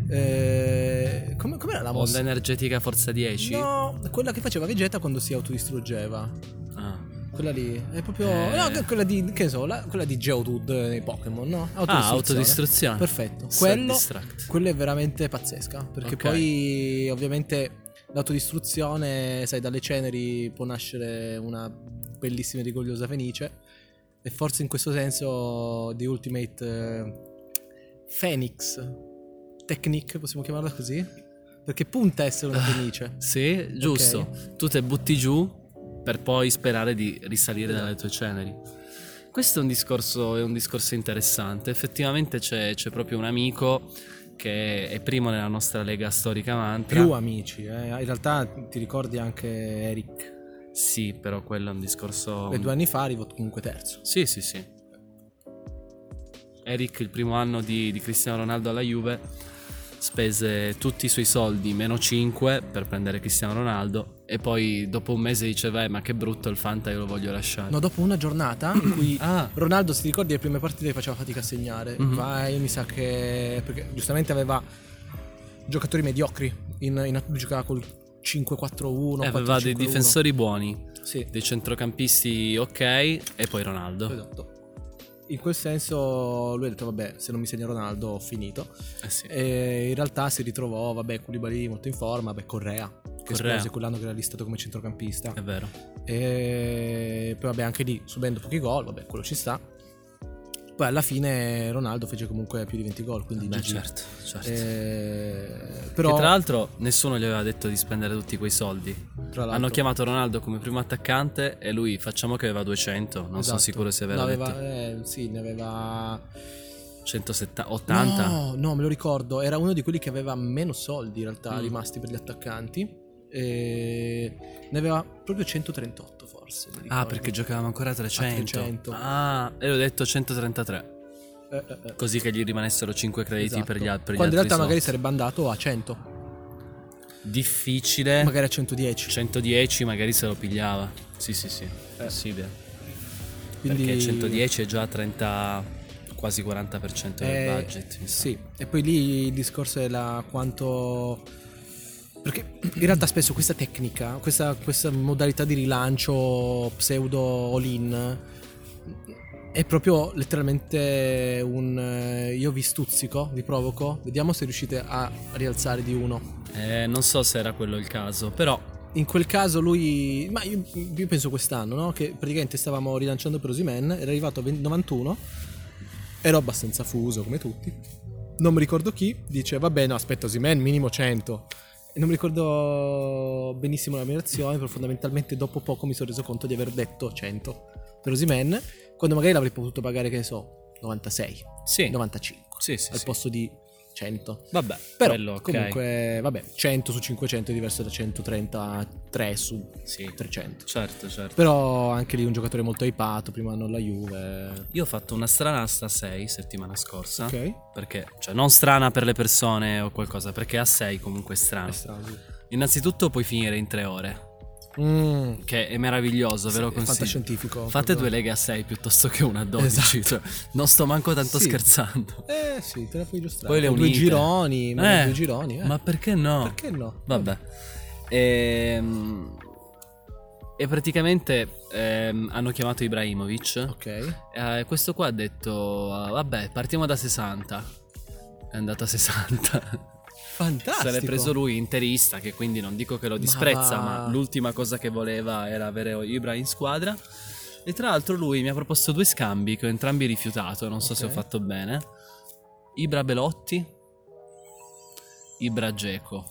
Com'era la mossa? Onda energetica forza 10? No, quella che faceva Vegeta quando si autodistruggeva. Quella lì è proprio no, quella di, che ne so, quella di Geodude nei Pokémon, no? Autodistruzione. Perfetto. Quello è veramente pazzesca, perché poi ovviamente l'autodistruzione, sai, dalle ceneri può nascere una bellissima e rigogliosa fenice, e forse in questo senso The Ultimate Phoenix Technique, possiamo chiamarla così? Perché punta a essere una fenice. Sì, giusto. Tu te butti giù per poi sperare di risalire dalle tue ceneri. Questo è un discorso interessante. Effettivamente c'è proprio un amico che è primo nella nostra lega storica mantra. Più amici, in realtà ti ricordi anche Eric? Sì, però quello è un discorso... 2 anni fa arrivo comunque terzo. Sì. Eric, il primo anno di Cristiano Ronaldo alla Juve, spese tutti i suoi soldi meno 5 per prendere Cristiano Ronaldo, e poi dopo un mese diceva ma che brutto il Fanta, io lo voglio lasciare. No, dopo una giornata in cui Ronaldo, si ricordi, le prime partite faceva fatica a segnare. Vai, mi sa che perché giustamente aveva giocatori mediocri, lui giocava col 5-4-1, aveva dei difensori buoni, sì, dei centrocampisti ok, e poi Ronaldo. Esatto. in quel senso lui ha detto vabbè, se non mi segna Ronaldo ho finito. Sì. E in realtà si ritrovò, vabbè, Koulibaly molto in forma, Correa che esplose quell'anno che era listato come centrocampista. È vero. E poi vabbè, anche lì subendo pochi gol, vabbè, quello ci sta. Poi alla fine Ronaldo fece comunque più di 20 gol, quindi beh, GG. certo. Però che tra l'altro nessuno gli aveva detto di spendere tutti quei soldi. Hanno chiamato Ronaldo come primo attaccante e lui, facciamo che aveva 200, non sono sicuro se aveva detto. Sì, ne aveva 170, 80. No, me lo ricordo, era uno di quelli che aveva meno soldi in realtà rimasti per gli attaccanti. E ne aveva proprio 138 forse. Perché giocavamo ancora a 300. E ho detto 133. Così che gli rimanessero 5 crediti, esatto, per gli altri. Quando in realtà magari sarebbe andato a 100. Difficile. Magari a 110. 110 magari se lo pigliava. Sì. Possibile. Quindi... Perché 110 è già 30, quasi 40% del budget. Sì. E poi lì il discorso è quanto... Perché in realtà spesso questa tecnica, questa modalità di rilancio pseudo all-in è proprio letteralmente io vi stuzzico, vi provoco, vediamo se riuscite a rialzare di uno. Non so se era quello il caso, però in quel caso lui, ma io penso quest'anno, no? Che praticamente stavamo rilanciando per Osimhen, era arrivato a 91, ero abbastanza fuso come tutti, non mi ricordo chi, dice vabbè no aspetta Osimhen minimo 100. Non mi ricordo benissimo la mia reazione, però fondamentalmente dopo poco mi sono reso conto di aver detto 100 per Osimhen, quando magari l'avrei potuto pagare, che ne so, 96, 95, al posto di 100. Vabbè, però bello, comunque, vabbè, 100 su 500 è diverso da 133 su 300. Certo. Però anche lì un giocatore molto hypato, primo anno alla Juve. Io ho fatto una strana asta 6 settimana scorsa. Ok. Perché, cioè, non strana per le persone o qualcosa, perché a 6 comunque è strano. Innanzitutto puoi finire in 3 ore. Che è meraviglioso, ve lo consiglio. Fantascientifico. Fate 2 leghe a 6 piuttosto che una a 12. Cioè, non sto manco tanto scherzando. Sì, te la puoi illustrare. Poi le unite. 2 gironi, due gironi. Ma perché no? Perché no? Vabbè. E praticamente hanno chiamato Ibrahimovic. Ok. Questo qua ha detto vabbè, partiamo da 60. È andato a 60. Fantastico. Se l'è preso lui interista, che quindi non dico che lo disprezza, ma l'ultima cosa che voleva era avere Ibra in squadra. E tra l'altro lui mi ha proposto 2 scambi che ho entrambi rifiutato, non so se ho fatto bene. Ibra Belotti, Ibra Dzeko.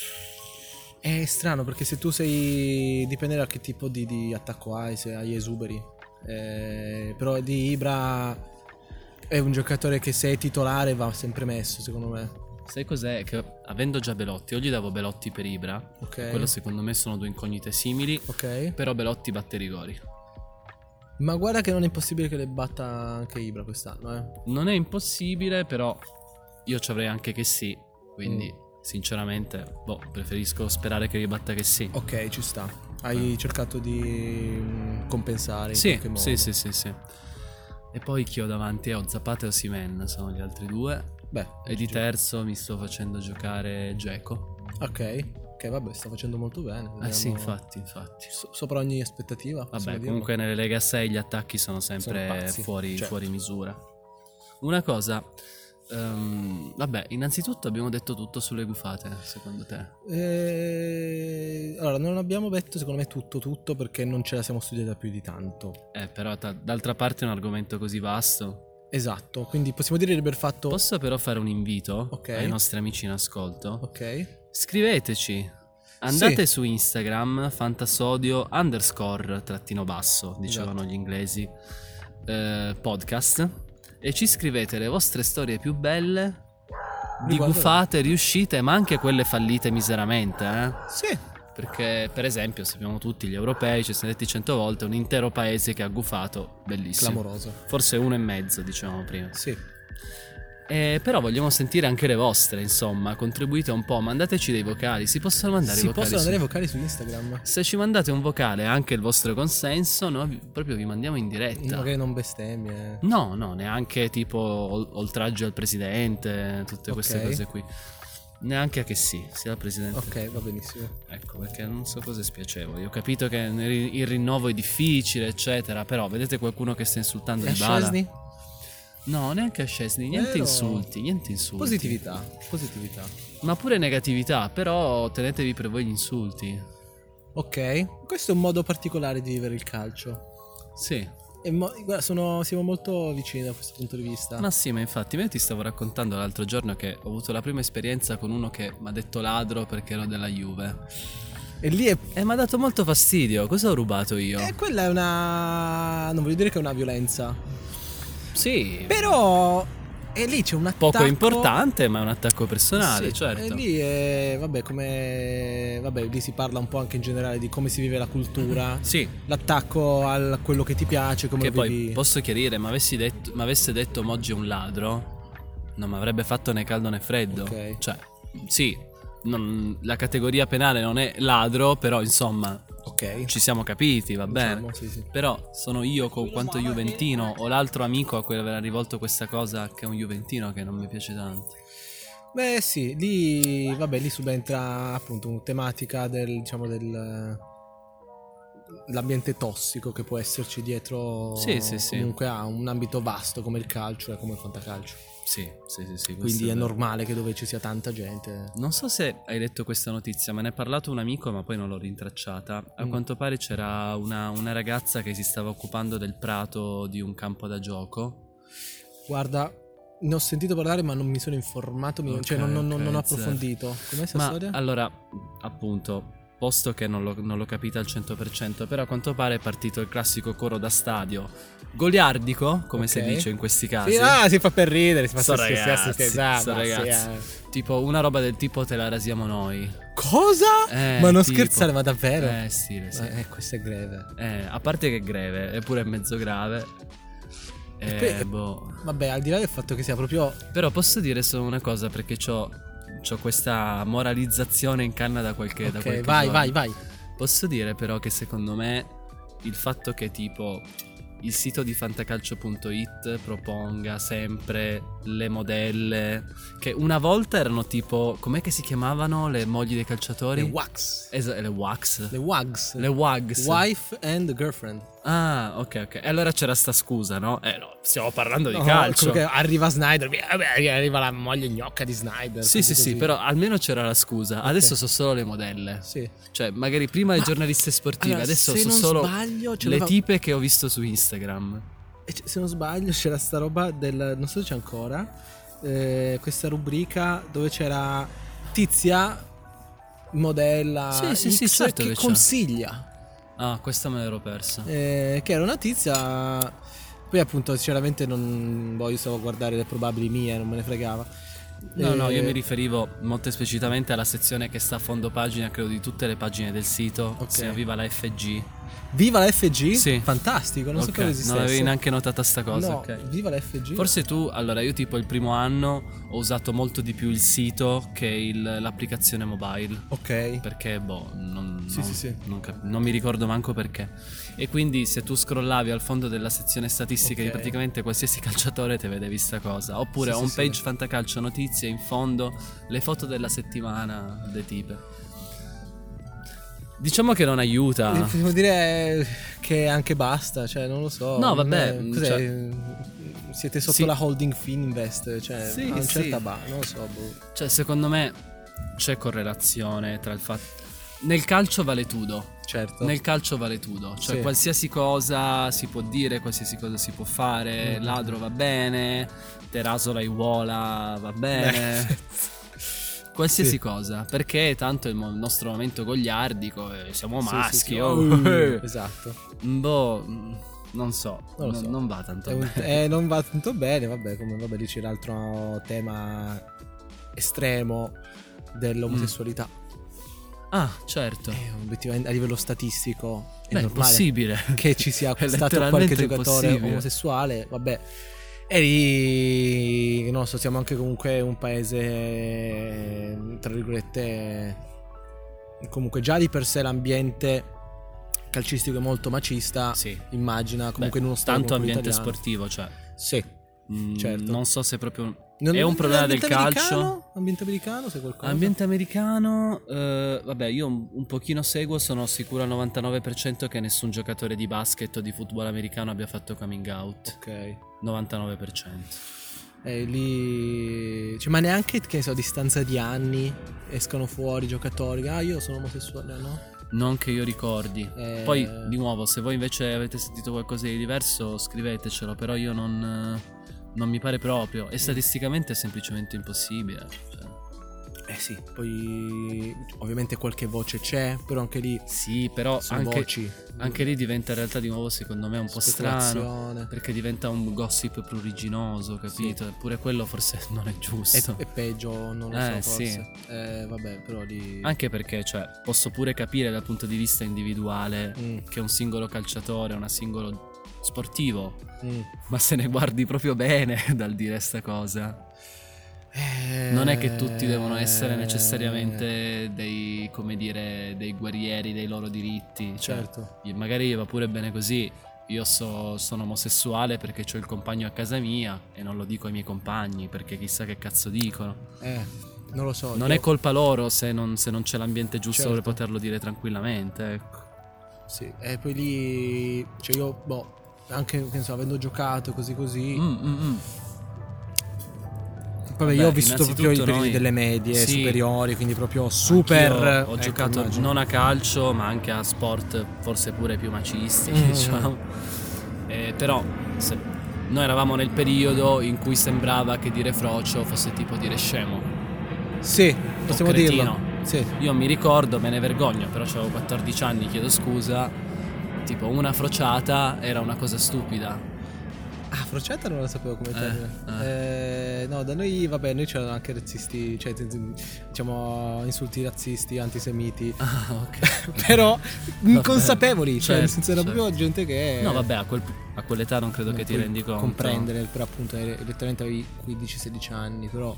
È strano perché se tu sei, dipende da che tipo di attacco hai, se hai esuberi, però di Ibra è un giocatore che se è titolare va sempre messo, secondo me. Sai cos'è? Che avendo già Belotti, io gli davo Belotti per Ibra. Quello secondo me sono 2 incognite simili. Però Belotti batte i rigori. Ma guarda che non è impossibile che le batta anche Ibra quest'anno, Non è impossibile, però io ci avrei anche che sì. Quindi sinceramente preferisco sperare che ribatta che sì. Ok, ci sta. Hai cercato di compensare in qualche modo. Sì. E poi chi ho davanti? Ho Zapata e Osimhen, sono gli altri 2. E di terzo mi sto facendo giocare Dzeko. Ok, vabbè, sta facendo molto bene. Vediamo. Sì, infatti. Sopra ogni aspettativa. Vabbè, comunque nelle Lega 6 gli attacchi sono sempre fuori misura. Una cosa, vabbè, innanzitutto abbiamo detto tutto sulle gufate, secondo te? Allora, non abbiamo detto secondo me tutto perché non ce la siamo studiata più di tanto. Però d'altra parte è un argomento così vasto. Esatto, quindi possiamo dire di aver fatto... Posso però fare un invito ai nostri amici in ascolto? Scriveteci. Andate su Instagram, fantasodio __ dicevano gli inglesi, podcast, e ci scrivete le vostre storie più belle di gufate riuscite, ma anche quelle fallite miseramente. Sì. Perché per esempio sappiamo tutti, gli europei, ci siamo detti 100 volte, un intero paese che ha gufato, bellissimo, clamoroso, forse 1,5 dicevamo prima. Sì. Però vogliamo sentire anche le vostre, insomma, contribuite un po', mandateci dei vocali, si possono mandare vocali. Si possono mandare vocali su Instagram. Se ci mandate un vocale e anche il vostro consenso, noi proprio vi mandiamo in diretta. Magari non bestemmie. No, neanche tipo oltraggio al presidente, tutte queste cose qui. Neanche a che sia il presidente. Ok, va benissimo. Ecco, perché non so cose spiacevoli. Ho capito che il rinnovo è difficile, eccetera, però vedete qualcuno che sta insultando Dybala? No, neanche a Szczesny, niente Vero? insulti, niente insulti. Positività. Ma pure negatività, però tenetevi per voi gli insulti. Ok, questo è un modo particolare di vivere il calcio. Sì. E guarda, siamo molto vicini da questo punto di vista. Ma sì, ma infatti io ti stavo raccontando l'altro giorno che ho avuto la prima esperienza con uno che mi ha detto ladro perché ero della Juve. E lì è... E mi ha dato molto fastidio. Cosa ho rubato io? quella è una... non voglio dire che è una violenza. Sì. Però... E lì c'è un attacco... Poco importante, ma è un attacco personale, Sì, certo. E lì è... Vabbè, come... Vabbè, lì si parla un po' anche in generale di come si vive la cultura. Sì. L'attacco a quello che ti piace, come Che lo poi vivi. posso chiarire, ma avesse detto Moggi è un ladro, non mi avrebbe fatto né caldo né freddo. Ok. Cioè, sì, la categoria penale non è ladro, però insomma, Ok. ci siamo capiti, va bene. Diciamo, sì. Però sono io con quanto juventino o l'altro amico a cui aveva rivolto questa cosa che è un juventino che non mi piace tanto. Beh sì, lì vabbè, lì subentra appunto una tematica del, diciamo, l'ambiente tossico che può esserci dietro. Sì. Comunque ha un ambito vasto come il calcio e come il fantacalcio. Sì. Quindi è vero. normale che dove ci sia tanta gente. Non so se hai letto questa notizia, me ne ha parlato un amico ma poi non l'ho rintracciata. A quanto pare c'era una ragazza che si stava occupando del prato di un campo da gioco. Guarda, ne ho sentito parlare ma non mi sono informato, cioè non ho approfondito. Com'è questa storia? Allora, appunto, posto che non l'ho capita al 100%, però a quanto pare è partito il classico coro da stadio goliardico, come si dice in questi casi. Sì, si fa per ridere, si fa So scherzare. ragazzi. Tipo una roba del tipo te la rasiamo noi. Cosa? Ma non tipo. scherzare, ma davvero? Sì. Questo è greve. A parte che è greve, è pure mezzo grave. Vabbè, al di là del fatto che sia proprio... Però posso dire solo una cosa, perché c'ho questa moralizzazione in canna da qualche Ok, giorno. vai. Posso dire però che secondo me il fatto che tipo il sito di fantacalcio.it proponga sempre le modelle che una volta erano tipo, com'è che si chiamavano le mogli dei calciatori? Le wax. Le wax. Le wags. Le wags. Wife and girlfriend. Ah, ok. E allora c'era sta scusa, no? No, stiamo parlando di calcio. Che arriva Snyder, vabbè, arriva la moglie gnocca di Snyder. Sì, però almeno c'era la scusa. Adesso so solo le modelle. Sì. Cioè, magari prima le giornaliste sportive, allora, adesso se so non solo sbaglio, le tipe che ho visto su Instagram. Se non sbaglio c'era sta roba del... non so se c'è ancora, questa rubrica dove c'era Tizia, modella Sì, X, certo che che c'è. consiglia. Ah, questa me l'ero persa. Che era una tizia. Poi appunto sinceramente non... io stavo a guardare le probabili mie, non me ne fregava. No, io mi riferivo molto esplicitamente alla sezione che sta a fondo pagina, credo, di tutte le pagine del sito. Ok. Si chiama Viva la FG. Viva la FG? Sì. Fantastico, non sapevo esistesse. Non avevi neanche notata sta cosa, No, ok. Viva la FG. Forse tu, allora io tipo il primo anno ho usato molto di più il sito che l'applicazione mobile. Ok. Perché Sì. non mi ricordo manco perché. E quindi se tu scrollavi al fondo della sezione statistica Ok. di praticamente qualsiasi calciatore te vedevi sta cosa. Oppure Sì, homepage sì. Fantacalcio notizie, in fondo le foto della settimana dei tipe. Diciamo che non aiuta. Devo dire che anche basta, cioè non lo so. No, vabbè, Cos'è? cioè- Siete sotto Sì. la holding Fininvest, cioè Sì, a una sì. certa non lo so. Cioè, secondo me c'è correlazione tra il fatto. Nel calcio vale tutto. Certo. Nel calcio vale tutto. Cioè, Sì. qualsiasi cosa si può dire, qualsiasi cosa si può fare. Ladro va bene, Teraso la Iuola va bene. Qualsiasi Sì. cosa. Perché tanto è il nostro momento goliardico. Siamo Sì, maschi. sì. Oh. Esatto. Non so. Non lo so. Non va tanto bene. Non va tanto bene, vabbè, come vabbè lì c'è l'altro tema estremo dell'omosessualità. Ah, certo. Obiettivamente a livello statistico è Beh, è normale impossibile. che ci sia È stato letteralmente qualche giocatore impossibile. omosessuale, vabbè. E lì, non so, siamo anche comunque un paese, tra virgolette, comunque già di per sé l'ambiente calcistico è molto macista. Sì. Immagina comunque in uno stato tanto come quello ambiente italiano. sportivo, cioè. Sì, certo. Non so se proprio È un problema del calcio. Ambiente americano, sai qualcosa? Ambiente americano, vabbè, io un pochino seguo, sono sicuro al 99% che nessun giocatore di basket o di football americano abbia fatto coming out. Ok. 99%. Lì... Cioè, ma neanche, che ne so, a distanza di anni escono fuori giocatori. Ah, io sono omosessuale, no? Non che io ricordi. Poi, di nuovo, se voi invece avete sentito qualcosa di diverso, scrivetecelo, però io non mi pare proprio. E statisticamente è semplicemente impossibile. Cioè. Sì, poi ovviamente qualche voce c'è, però anche lì sì, però anche lì diventa in realtà di nuovo secondo me un po' strano, perché diventa un gossip pruriginoso, capito? Sì. Eppure quello forse non è giusto. È peggio, non lo so, forse. Sì. Vabbè, però lì... Anche perché, cioè, posso pure capire dal punto di vista individuale che un singolo calciatore, un singolo sportivo, ma se ne guardi proprio bene dal dire sta cosa. Non è che tutti devono essere necessariamente dei, come dire, dei guerrieri dei loro diritti. Cioè, certo. Magari va pure bene così. Io sono omosessuale perché ho il compagno a casa mia e non lo dico ai miei compagni perché chissà che cazzo dicono. Non lo so. Non è colpa loro se non c'è l'ambiente giusto per poterlo dire tranquillamente, ecco. Sì, e poi lì, cioè io, anche, che ne so, avendo giocato così. Vabbè, io ho vissuto proprio i periodi delle medie, superiori, quindi proprio super. Ho giocato non a calcio, ma anche a sport forse pure più macisti, diciamo. Però noi eravamo nel periodo in cui sembrava che dire frocio fosse tipo dire scemo. Sì, possiamo dirlo. Sì. Io mi ricordo, me ne vergogno, però avevo 14 anni, chiedo scusa. Tipo una frociata era una cosa stupida. Frociata non la sapevo come termine. No, da noi, vabbè, noi c'erano anche razzisti, cioè diciamo insulti razzisti, antisemiti. Ok. Però inconsapevoli, cioè nel senso era certo. proprio gente che... No, vabbè, a quell'età non credo che ti rendi conto. Comprendere, però appunto letteralmente avevi 15-16 anni, però...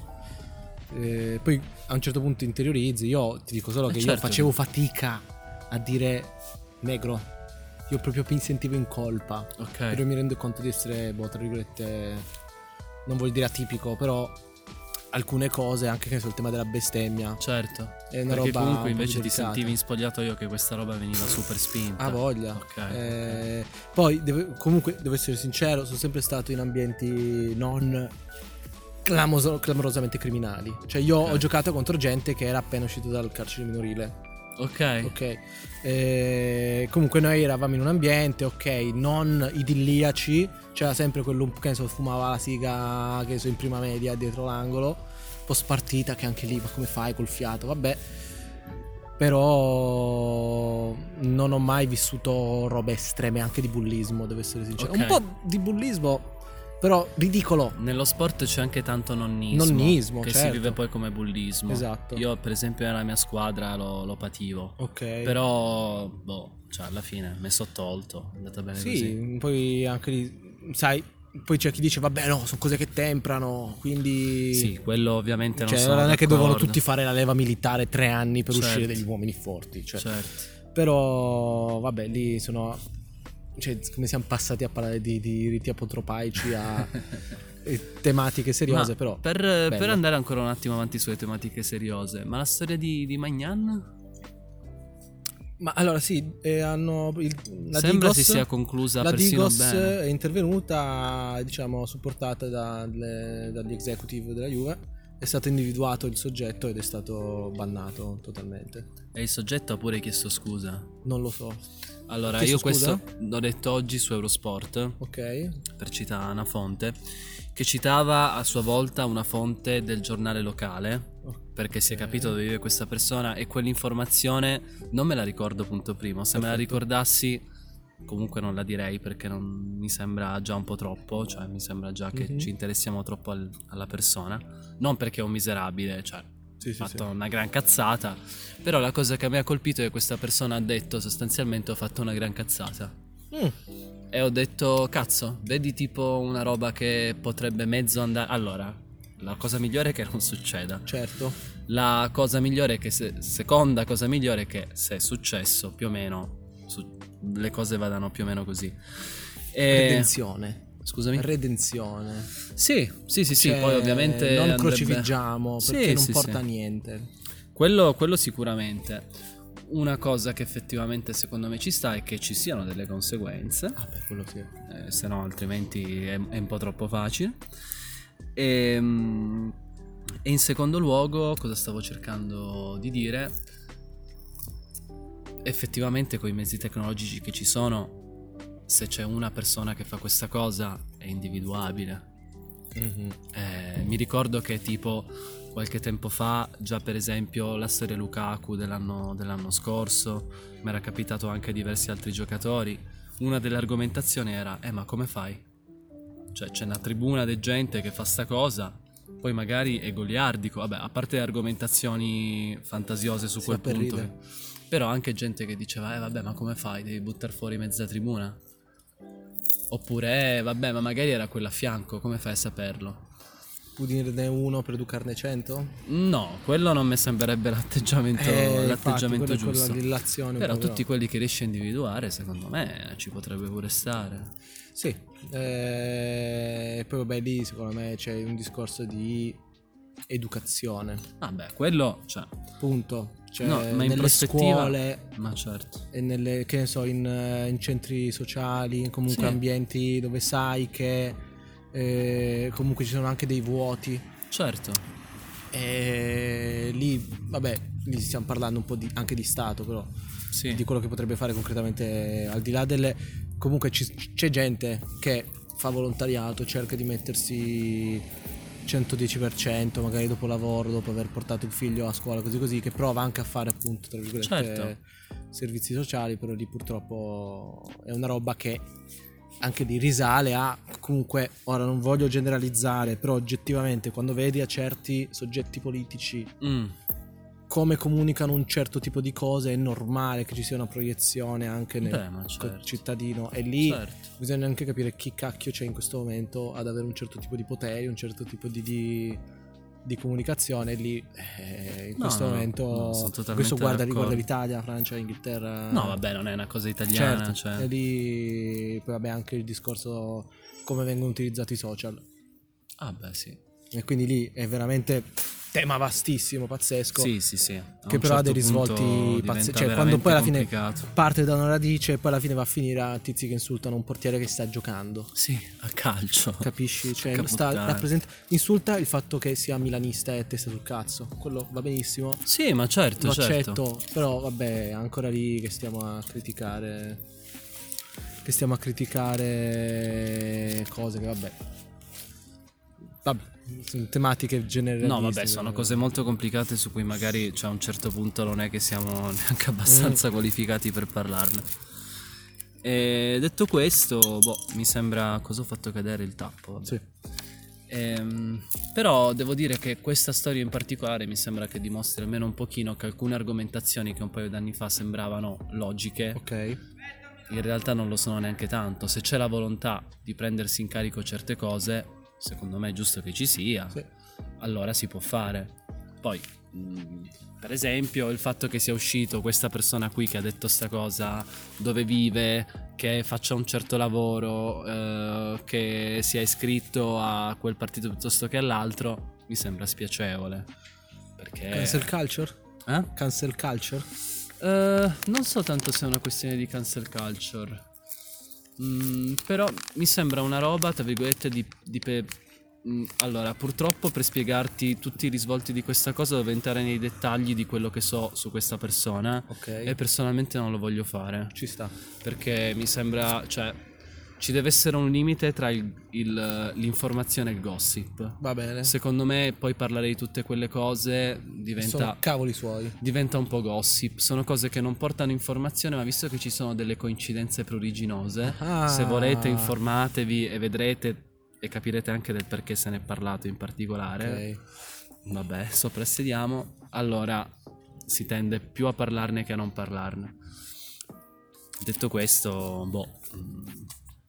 poi a un certo punto interiorizzi. Io ti dico solo che io facevo fatica a dire negro. Io proprio mi sentivo in colpa. Ok. Però mi rendo conto di essere, tra virgolette, non voglio dire atipico, però alcune cose, anche che sul tema della bestemmia. Certo. È una perché roba comunque invece ti sentivi in spogliatoio che questa roba veniva super spinta. Ah, voglia. Ok. Poi comunque devo essere sincero, sono sempre stato in ambienti non clamorosamente criminali. Cioè io ho giocato contro gente che era appena uscito dal carcere minorile. Ok. Comunque noi eravamo in un ambiente, non idilliaci. C'era sempre quello che fumava la siga, che in prima media dietro l'angolo, post partita, che anche lì, ma come fai col fiato? Vabbè. Però non ho mai vissuto robe estreme, anche di bullismo, devo essere sincero. Un po' di bullismo, però ridicolo. Nello sport c'è anche tanto nonnismo che certo. si vive poi come bullismo. Esatto. Io per esempio nella mia squadra lo pativo. Però cioè alla fine mi sono tolto, è andata bene così. Sì, poi anche lì, sai, poi c'è chi dice vabbè no, sono cose che temprano, quindi... Sì, quello ovviamente non sono non è d'accordo. che dovevano tutti fare la leva militare 3 anni per certo. uscire degli uomini forti, cioè. Certo. Però vabbè, lì sono... Cioè, come siamo passati a parlare di riti apotropaici a tematiche seriose. Però per andare ancora un attimo avanti sulle tematiche seriose, ma la storia di Magnan? Ma allora sì, hanno la sembra Digos, si sia conclusa la persino Digos bene. è intervenuta, diciamo, supportata dagli executive della Juve. È stato individuato il soggetto ed è stato bannato totalmente. E il soggetto ha pure chiesto scusa? Non lo so. Allora, io questo l'ho detto oggi su Eurosport, per citare una fonte, che citava a sua volta una fonte del giornale locale, perché si è capito dove vive questa persona, e quell'informazione non me la ricordo punto primo. Se me la ricordassi comunque non la direi, perché non mi sembra già un po' troppo, cioè mi sembra già che ci interessiamo troppo alla persona, non perché è un miserabile, cioè ha fatto una gran cazzata, però la cosa che a me ha colpito è che questa persona ha detto sostanzialmente ho fatto una gran cazzata. E ho detto cazzo, vedi tipo una roba che potrebbe mezzo andare. Allora, la cosa migliore è che non succeda. Certo. La cosa migliore è che seconda cosa migliore è che se è successo più o meno le cose vadano più o meno così. Redenzione. Scusami? Redenzione. Sì, Cioè, poi ovviamente non andrebbe... crocifiggiamo perché Sì, non sì, porta a sì. niente. Quello sicuramente. Una cosa che effettivamente secondo me ci sta è che ci siano delle conseguenze, Ah, beh, quello sì. se no altrimenti è un po' troppo facile. E in secondo luogo, cosa stavo cercando di dire? Effettivamente con i mezzi tecnologici che ci sono, se c'è una persona che fa questa cosa è individuabile. Mi ricordo che tipo qualche tempo fa, già per esempio la storia Lukaku dell'anno scorso, mi era capitato anche a diversi altri giocatori, una delle argomentazioni era ma come fai? Cioè c'è una tribuna di gente che fa sta cosa, poi magari è goliardico, vabbè, a parte le argomentazioni fantasiose su Sì, quel per punto, ridere. però anche gente che diceva vabbè, ma come fai? Devi buttare fuori mezza tribuna? Oppure vabbè, ma magari era quella a fianco, come fai a saperlo? Punirne uno per educarne 100? No, quello non mi sembrerebbe l'atteggiamento, Infatti, quella è quella giusto. dell'azione. Però un po', tutti quelli che riesci a individuare, secondo me, ci potrebbe pure stare. Sì, poi vabbè lì secondo me c'è un discorso di educazione, Vabbè, quello, cioè, punto. Cioè, no, ma in nelle prospettiva, scuole ma certo. e nelle, che ne so, in centri sociali, in comunque Sì. ambienti dove sai che comunque ci sono anche dei vuoti. Certo. E lì, vabbè, lì stiamo parlando un po' anche di Stato, però Sì. di quello che potrebbe fare concretamente al di là delle... Comunque c'è gente che fa volontariato, cerca di mettersi 110% magari dopo lavoro, dopo aver portato il figlio a scuola, così, che prova anche a fare appunto tra virgolette Certo. servizi sociali, però lì purtroppo è una roba che anche lì risale a, comunque, ora non voglio generalizzare, però oggettivamente quando vedi a certi soggetti politici come comunicano un certo tipo di cose, è normale che ci sia una proiezione anche nel ma certo. cittadino, e lì Certo. bisogna anche capire chi cacchio c'è in questo momento ad avere un certo tipo di poteri, un certo tipo di comunicazione. E lì in questo momento sono totalmente questo riguarda d'accordo. l'Italia, Francia, Inghilterra. No, vabbè, non è una cosa italiana, Certo, cioè. e lì poi vabbè anche il discorso come vengono utilizzati i social, Ah, beh, sì. e quindi lì è veramente tema vastissimo, pazzesco, Sì. A che un però ha dei certo punto risvolti diventa pazzeschi, cioè quando poi alla fine complicato. parte da una radice e poi alla fine va a finire a tizi che insultano un portiere che sta giocando, Sì, a calcio. capisci? Cioè Caputtane. insulta il fatto che sia milanista e testa sul cazzo, quello va benissimo, Sì, ma certo, lo certo. accetto, però vabbè ancora lì che stiamo a criticare cose che vabbè sono tematiche generalistiche. No, vabbè, sono cose molto complicate su cui magari cioè, a un certo punto non è che siamo neanche abbastanza qualificati per parlarne. E detto questo, mi sembra... Cosa ho fatto cadere il tappo? Vabbè. Sì. Però devo dire che questa storia in particolare mi sembra che dimostri almeno un pochino che alcune argomentazioni che un paio d'anni fa sembravano logiche, Ok. in realtà non lo sono neanche tanto. Se c'è la volontà di prendersi in carico certe cose, secondo me è giusto che ci sia, Sì. allora si può fare. Poi per esempio il fatto che sia uscito questa persona qui che ha detto sta cosa, dove vive, che faccia un certo lavoro, che sia iscritto a quel partito piuttosto che all'altro, mi sembra spiacevole, perché Cancel culture? Cancel culture? non so tanto se è una questione di cancel culture. Però mi sembra una roba, tra virgolette, allora, purtroppo per spiegarti tutti i risvolti di questa cosa devo entrare nei dettagli di quello che so su questa persona. Ok. E personalmente non lo voglio fare. Ci sta. Perché mi sembra, cioè, ci deve essere un limite tra l'informazione e il gossip. Va bene. Secondo me poi parlare di tutte quelle cose Sono cavoli suoi. diventa un po' gossip. Sono cose che non portano informazione, ma visto che ci sono delle coincidenze pruriginose, se volete informatevi e vedrete e capirete anche del perché se ne è parlato in particolare. Ok. Vabbè, soprassediamo. Allora si tende più a parlarne che a non parlarne. Detto questo,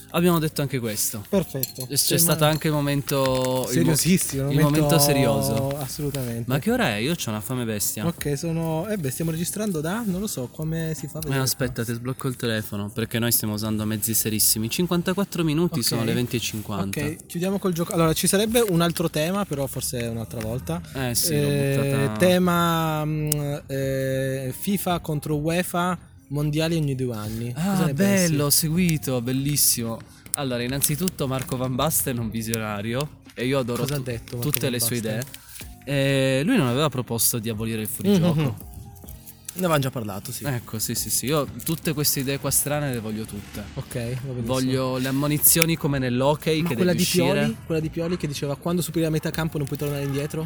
Abbiamo detto anche questo. Perfetto. C'è stato anche il momento seriosissimo, il momento serioso. Assolutamente. Ma che ora è? Io c'ho una fame bestia. Ok, stiamo registrando non lo so come si fa a vedere. Aspetta, ti sblocco il telefono perché noi stiamo usando mezzi serissimi. 54 minuti, sono le 20:50. Ok, chiudiamo col gioco. Allora, ci sarebbe un altro tema, però forse un'altra volta. Sì, l'ho buttata. Tema FIFA contro UEFA, mondiali ogni 2 anni. Cosa ne pensi? Bello, ho seguito, bellissimo. Allora, innanzitutto Marco Van Basten è un visionario e io adoro Cosa ha detto Marco tutte Van le sue Basten? idee. Lui non aveva proposto di abolire il fuorigioco. Ne avevamo già parlato, sì. Ecco, sì. Io tutte queste idee qua strane le voglio tutte. Ok, va benissimo. Voglio le ammonizioni come nell'hockey, Ma che quella devi di Pioli, uscire. quella di Pioli che diceva quando superi la metà campo non puoi tornare indietro.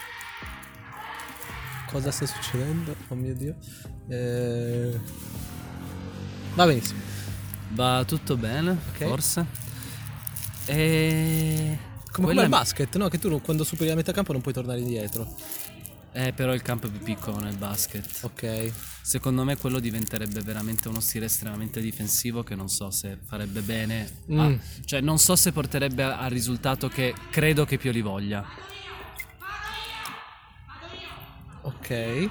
Cosa sta succedendo? Oh mio Dio. Va benissimo. Va tutto bene, Ok. forse. E Come quella al basket, no? Che tu quando superi la metà campo non puoi tornare indietro. però il campo è più piccolo nel basket. Ok. Secondo me quello diventerebbe veramente uno stile estremamente difensivo che non so se farebbe bene. Cioè non so se porterebbe al risultato che credo che Pioli voglia. Ok.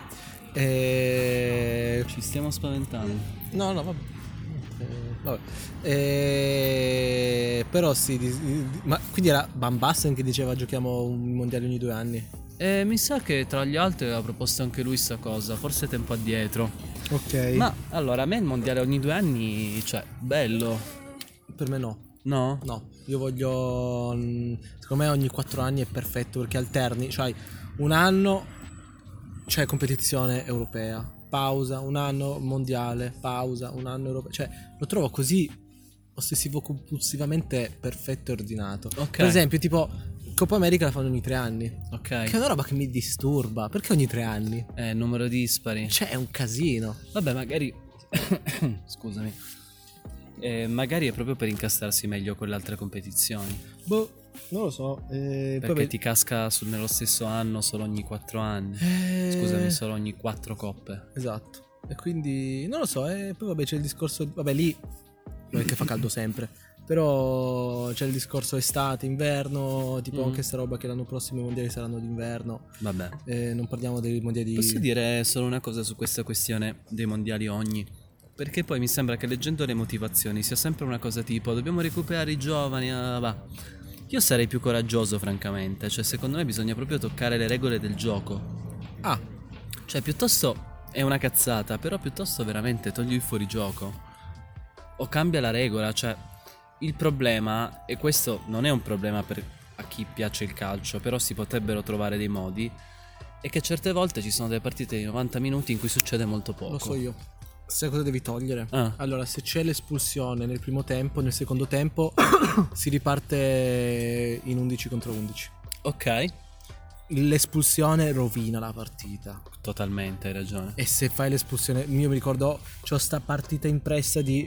Ci stiamo spaventando. No, vabbè. Vabbè. Però sì, ma quindi era Van Basten che diceva giochiamo un mondiale ogni 2 anni. E mi sa che tra gli altri aveva proposto anche lui sta cosa, forse tempo addietro. Ok. Ma allora a me il mondiale ogni 2 anni, cioè, bello. Per me no. No? No, io voglio. Secondo me ogni 4 anni è perfetto perché alterni. Cioè, un anno c'è competizione europea, pausa, un anno mondiale, pausa, un anno europeo. Cioè, lo trovo così ossessivo compulsivamente perfetto e ordinato. Ok. Per esempio, tipo, Coppa America la fanno ogni 3 anni. Ok. Che è una roba che mi disturba. Perché ogni 3 anni? Numero dispari. Cioè, è un casino. Vabbè, magari. Scusami. Magari è proprio per incastrarsi meglio con le altre competizioni. Boh, non lo so. Perché ti casca nello stesso anno solo ogni 4 anni. Scusami, solo ogni 4 coppe. Esatto. E quindi non lo so. Poi vabbè c'è il discorso. Vabbè, lì non è che fa caldo sempre. Però c'è il discorso estate, inverno. Tipo anche sta roba che l'anno prossimo i mondiali saranno d'inverno. Vabbè. Non parliamo dei mondiali. Posso dire solo una cosa su questa questione dei mondiali ogni? Perché poi mi sembra che leggendo le motivazioni sia sempre una cosa tipo dobbiamo recuperare i giovani, va. Io sarei più coraggioso francamente, cioè secondo me bisogna proprio toccare le regole del gioco. Ah, Cioè piuttosto è una cazzata, però piuttosto veramente togli il fuorigioco. O cambia la regola, cioè il problema, e questo non è un problema a chi piace il calcio, però si potrebbero trovare dei modi, è che certe volte ci sono delle partite di 90 minuti in cui succede molto poco. lo so io. Sai cosa devi togliere? Ah. Allora, se c'è l'espulsione nel primo tempo, nel secondo tempo si riparte in 11 contro 11. Ok, L'espulsione rovina la partita. totalmente, hai ragione. E se fai l'espulsione, io mi ricordo, c'ho sta partita impressa di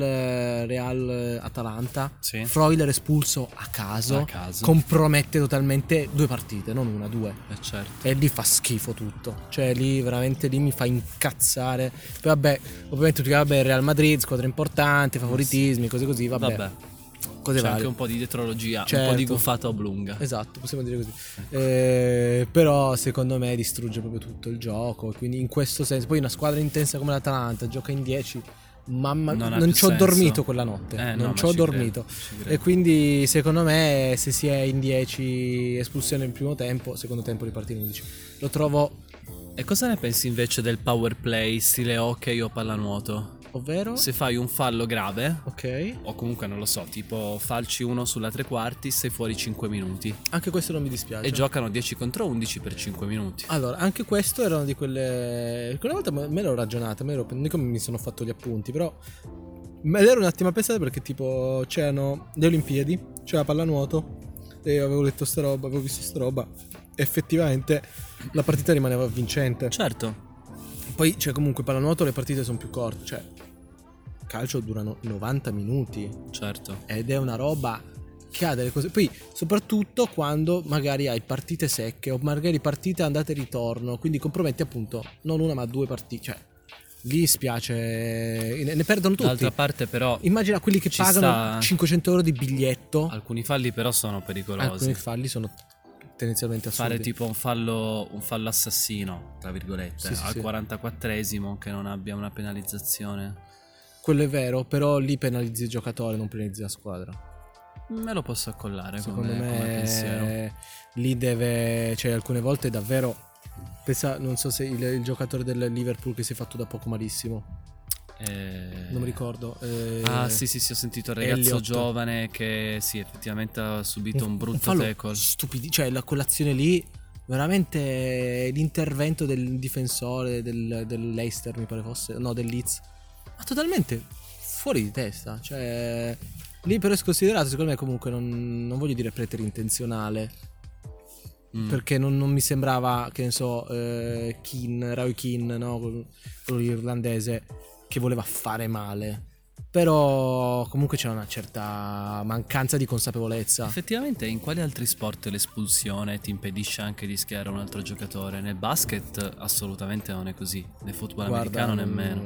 Real Atalanta. Sì. Freuler espulso a caso. A caso. Compromette totalmente 2 partite, non una, 2. Certo. E lì fa schifo tutto. Cioè lì veramente lì mi fa incazzare. Poi vabbè, ovviamente tutti vabbè, Real Madrid, squadra importante, favoritismi, cose così, vabbè. Cose C'è varie. anche un po' di dietrologia, un Certo. po' di guffata oblunga. Esatto, possiamo dire così. Però secondo me distrugge proprio tutto il gioco. Quindi in questo senso, poi una squadra intensa come l'Atalanta gioca in 10. Mamma, Non ha non più ci ho senso. dormito quella notte. No, Non ma ci ho ci dormito. credo, ci credo. E quindi secondo me se si è in 10 espulsione nel primo tempo, secondo tempo ripartire in 11. Lo trovo. E cosa ne pensi invece del power play stile hockey o pallanuoto? Ovvero? Se fai un fallo grave, Ok. o comunque non lo so, tipo falci uno sulla 3/4, sei fuori 5 minuti. Anche questo non mi dispiace. E giocano 10 contro 11 per 5 minuti. Allora, anche questo erano di quelle. Quella volta me l'ho ragionata, non dico mi sono fatto gli appunti, però. Me l'ero un attimo a pensare perché, tipo, c'erano le Olimpiadi, c'era pallanuoto, e avevo letto sta roba, avevo visto sta roba. Effettivamente la partita rimaneva vincente. Certo. Poi, cioè, comunque, pallanuoto le partite sono più corte, cioè, calcio durano 90 minuti. Certo. Ed è una roba che ha delle cose. Poi, soprattutto quando magari hai partite secche o magari partite andate e ritorno, quindi comprometti appunto non una ma 2 partite. Cioè, lì spiace, ne perdono tutti. D'altra parte però Immagina quelli che ci pagano sta- 500 euro di biglietto. alcuni falli però sono pericolosi. Alcuni falli sono tendenzialmente assurdi. Fare tipo un fallo assassino, tra virgolette, Sì, sì, al sì. 44esimo che non abbia una penalizzazione. Quello è vero, però lì penalizzi il giocatore, non penalizzi la squadra. Me lo posso accollare Secondo come pensiero. me lì deve, cioè alcune volte davvero pensa, non so se il giocatore del Liverpool che si è fatto da poco malissimo, non mi ricordo. Ah sì, ho sentito il ragazzo Elliott. giovane che sì, effettivamente ha subito un brutto fallo tackle. cioè la colazione lì veramente l'intervento del difensore del Leicester mi pare fosse, no, del Leeds, ma totalmente fuori di testa, cioè lì però è sconsiderato, secondo me comunque non voglio dire preterintenzionale, perché non mi sembrava, che ne so, Roy Keane, no? Quello irlandese che voleva fare male, però comunque c'è una certa mancanza di consapevolezza. Effettivamente in quali altri sport l'espulsione ti impedisce anche di schierare un altro giocatore? Nel basket assolutamente non è così, nel football Guarda, americano nemmeno.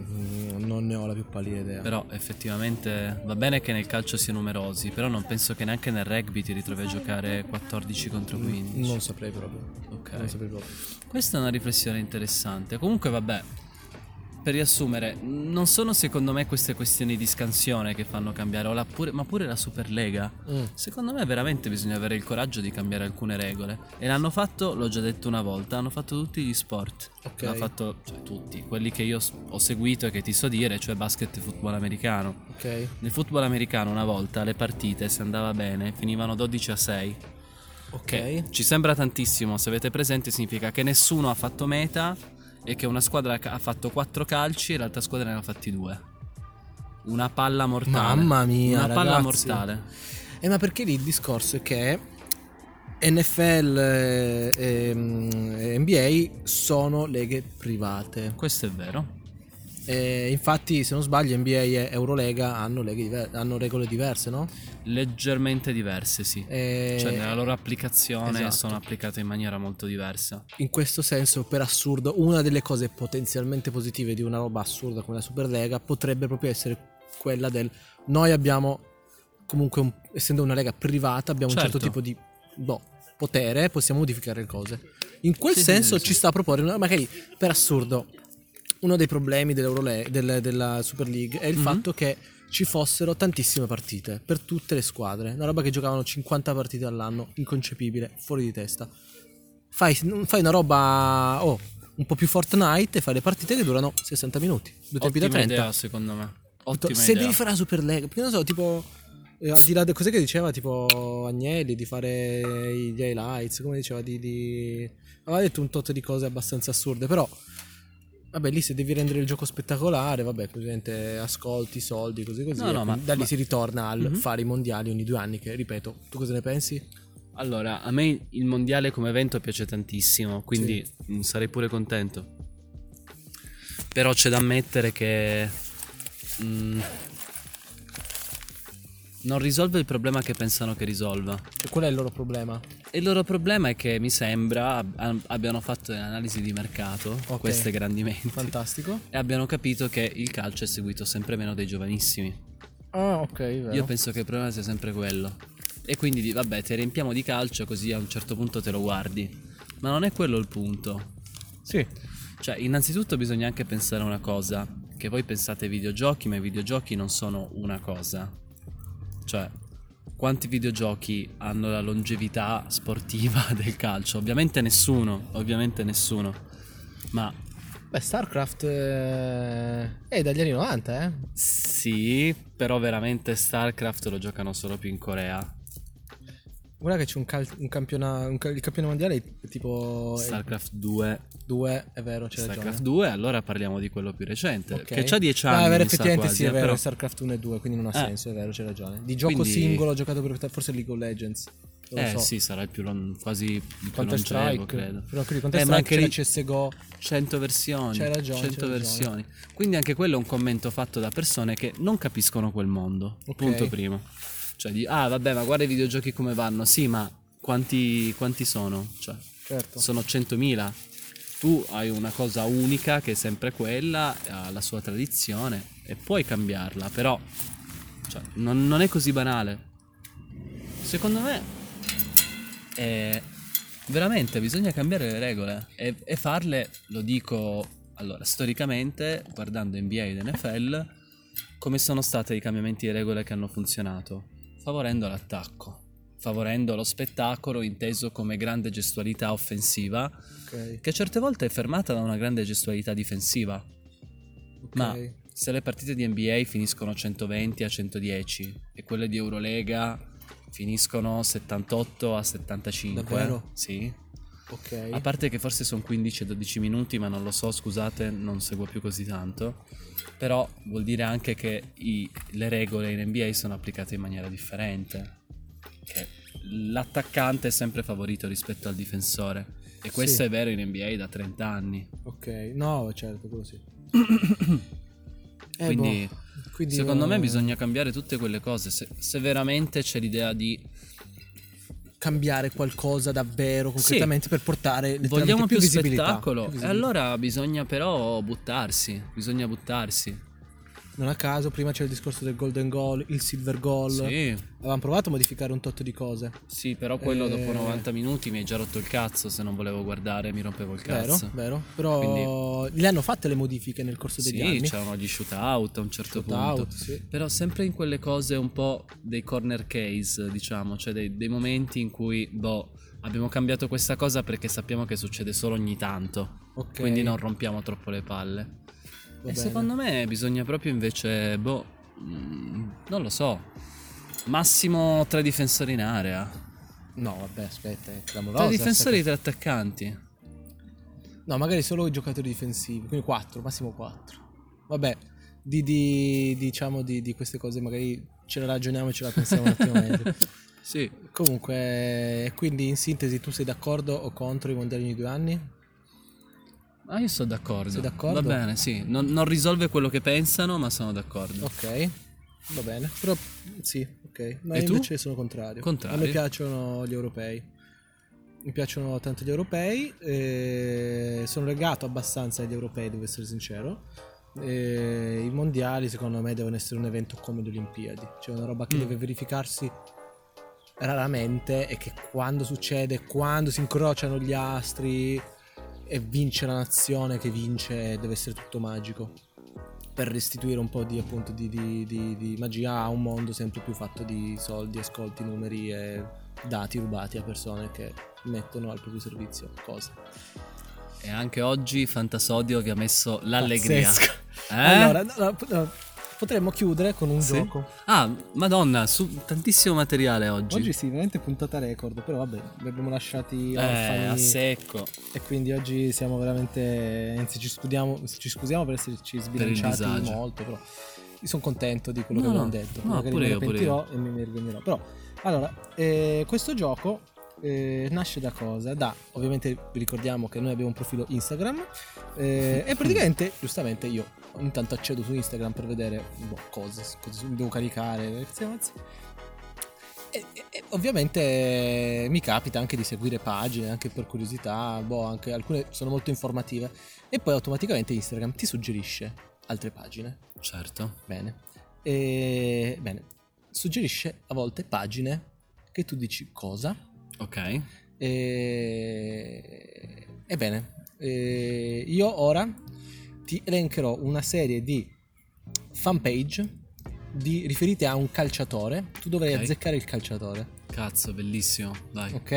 non ne ho la più pallida idea. Però effettivamente va bene che nel calcio sia numerosi, però non penso che neanche nel rugby ti ritrovi a giocare 14 contro 15. Non saprei proprio. Ok. Non saprei proprio. Questa è una riflessione interessante. Comunque vabbè, per riassumere, non sono secondo me queste questioni di scansione che fanno cambiare, ma pure la Superlega. Secondo me veramente bisogna avere il coraggio di cambiare alcune regole. E l'hanno fatto, l'ho già detto una volta, hanno fatto tutti gli sport. Ok. L'hanno fatto, cioè, tutti, quelli che io ho seguito e che ti so dire, cioè basket e football americano. Ok. Nel football americano una volta le partite, se andava bene, finivano 12-6. Ok. Che ci sembra tantissimo, se avete presente significa che nessuno ha fatto meta e che una squadra ha fatto 4 calci e l'altra squadra ne ha fatti 2. Una palla mortale. Mamma mia, una palla ragazzi. mortale. Ma perché lì il discorso è che NFL e NBA sono leghe private. Questo è vero. Infatti, se non sbaglio, NBA e Eurolega hanno regole diverse, no? Leggermente diverse, sì. Cioè nella loro applicazione Esatto. sono applicate in maniera molto diversa. In questo senso, per assurdo, una delle cose potenzialmente positive di una roba assurda come la Superlega potrebbe proprio essere quella del noi abbiamo comunque essendo una lega privata abbiamo un certo Certo. tipo di potere, possiamo modificare le cose. In quel Sì, senso sì. ci sta a proporre magari per assurdo uno dei problemi della Super League è il fatto che ci fossero tantissime partite per tutte le squadre, una roba che giocavano 50 partite all'anno, inconcepibile, fuori di testa. Fai una roba un po' più Fortnite e fai le partite che durano 60 minuti, due tempi da Ottima 30. idea, secondo me. Ottima Se idea. devi fare la Super League, perché non so, tipo al di là di cos'è che diceva tipo Agnelli di fare gli highlights, come diceva aveva detto un tot di cose abbastanza assurde, però vabbè, lì se devi rendere il gioco spettacolare, vabbè, ovviamente ascolti, soldi, così. No, ma da lì si ritorna al fare i mondiali ogni 2 anni, che ripeto, tu cosa ne pensi? Allora, a me il mondiale come evento piace tantissimo, quindi sarei pure contento. Però c'è da ammettere che non risolve il problema che pensano che risolva. E qual è il loro problema? E il loro problema è che mi sembra abbiano fatto delle analisi di mercato, Ok. queste grandi menti, Fantastico. e abbiano capito che il calcio è seguito sempre meno dai giovanissimi. Ah, ok, vero. Io penso che il problema sia sempre quello. E quindi vabbè, ti riempiamo di calcio così a un certo punto te lo guardi. Ma non è quello il punto. Sì. Cioè, innanzitutto bisogna anche pensare a una cosa, che voi pensate ai videogiochi, ma i videogiochi non sono una cosa. Cioè, quanti videogiochi hanno la longevità sportiva del calcio? Ovviamente nessuno. Ma Beh, StarCraft è dagli anni 90, eh? sì, però veramente StarCraft lo giocano solo più in Corea. Guarda che c'è il campione mondiale è tipo StarCraft 2. 2, è vero, c'è StarCraft ragione. 2, allora parliamo di quello più recente, Ok. che c'ha 10 anni. No, è vero, mi sa effettivamente quasi, sì, è vero, però- è StarCraft 1 e 2, quindi non ha senso, è vero, c'è ragione. Di gioco Quindi- singolo ho giocato forse League of Legends. Non lo so. Sì, sarà il più quasi il più Counter longevo, Strike, credo. però qui Counter Ma Strike anche c'era lì CSGO. 100 versioni. C'hai ragione, 100 c'hai ragione. versioni. Quindi anche quello è un commento fatto da persone che non capiscono quel mondo. Ok. Punto primo. Cioè vabbè, ma guarda i videogiochi come vanno. Sì, ma quanti sono? Cioè, Certo. sono 100.000. tu hai una cosa unica che è sempre quella, ha la sua tradizione e puoi cambiarla, però cioè, non è così banale. Secondo me veramente bisogna cambiare le regole e farle, lo dico, allora, storicamente, guardando NBA ed NFL, come sono stati i cambiamenti di regole che hanno funzionato? Favorendo l'attacco, favorendo lo spettacolo inteso come grande gestualità offensiva, che certe volte è fermata da una grande gestualità difensiva. Ma se le partite di NBA finiscono 120 a 110 e quelle di Eurolega finiscono 78 a 75. Davvero? Sì. Ok. A parte che forse sono 15-12 minuti, ma non lo so, scusate, non seguo più così tanto. Però vuol dire anche che le regole in NBA sono applicate in maniera differente. Che l'attaccante è sempre favorito rispetto al difensore. E questo Sì. è vero in NBA da 30 anni. Ok, no, certo, quello sì. Quindi secondo me no, bisogna cambiare tutte quelle cose. Se veramente c'è l'idea di cambiare qualcosa davvero concretamente per portare letteralmente vogliamo più visibilità, spettacolo, più e visibilità. allora bisogna però buttarsi. Non a caso prima c'era il discorso del golden goal, il silver goal. Sì, Avevamo provato a modificare un tot di cose. sì, però quello dopo 90 minuti mi hai già rotto il cazzo. Se non volevo guardare mi rompevo il cazzo. Vero. Però le hanno fatte le modifiche nel corso degli Sì, anni. c'erano gli shootout a un certo Shootout, punto. sì. Però sempre in quelle cose un po' dei corner case, diciamo, cioè dei momenti in cui, abbiamo cambiato questa cosa perché sappiamo che succede solo ogni tanto. Ok. Quindi non rompiamo troppo le palle. Va E bene. secondo me bisogna proprio invece, non lo so, massimo 3 difensori in area. No, vabbè, aspetta, è clamorosa. 3 difensori e 3 attaccanti. No, magari solo i giocatori difensivi, quindi 4, massimo 4. Vabbè, diciamo di queste cose magari ce la ragioniamo e ce la pensiamo un attimo meglio. Sì. Comunque, quindi in sintesi tu sei d'accordo o contro i mondiali ogni 2 anni? Ah, io sono d'accordo. Sei d'accordo? Va bene, sì. Non risolve quello che pensano, ma sono d'accordo. Ok, va bene. Però sì, ok. Ma E io tu? invece sono contrario. Contrario? A me piacciono gli europei. Mi piacciono tanto gli europei. Sono legato abbastanza agli europei, devo essere sincero. I mondiali secondo me devono essere un evento come le Olimpiadi. Cioè una roba che deve verificarsi raramente e che quando succede, quando si incrociano gli astri e vince la nazione che vince, deve essere tutto magico per restituire un po' di appunto di magia a un mondo sempre più fatto di soldi, ascolti, numeri e dati rubati a persone che mettono al proprio servizio cose. E anche oggi Fantasodio vi ha messo l'allegria. Pazzesco. Eh? Allora, potremmo chiudere con un Sì? gioco. Ah, madonna, tantissimo materiale oggi. Oggi sì, veramente puntata record, però vabbè, li abbiamo lasciati orfani a secco. e quindi oggi siamo veramente, anzi ci scusiamo per esserci sbilanciati disagio. molto, però io sono contento di quello che No, abbiamo detto, no, magari pure me ne io, pure pentirò e mi vergognerò, però allora, questo gioco nasce da cosa? Ovviamente vi ricordiamo che noi abbiamo un profilo Instagram e praticamente, giustamente io ogni tanto accedo su Instagram per vedere cose devo caricare, e ovviamente mi capita anche di seguire pagine anche per curiosità, anche alcune sono molto informative e poi automaticamente Instagram ti suggerisce altre pagine. Certo. Bene, suggerisce a volte pagine che tu dici cosa. Ok. Ebbene, io ora ti elencherò una serie di fanpage riferite a un calciatore. Tu dovrai Ok. azzeccare il calciatore. Cazzo, bellissimo. Vai. Ok?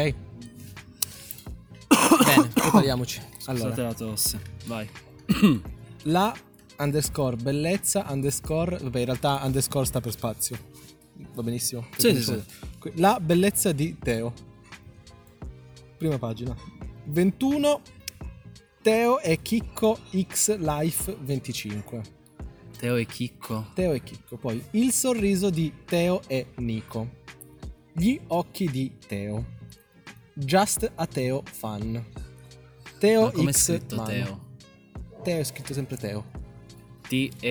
Bene, prepariamoci. Scusate Allora, la tosse. Vai. la _ bellezza _ vabbè, in realtà _ sta per spazio. Va benissimo? Sì. La bellezza di Teo. Prima pagina. 21 Teo e Chicco X Life 25. Teo e Chicco. Teo e Chicco. Poi il sorriso di Teo e Nico. Gli occhi di Teo. Just a Teo fan. Teo Ma come è X scritto Manu. Teo? Teo è scritto sempre Teo.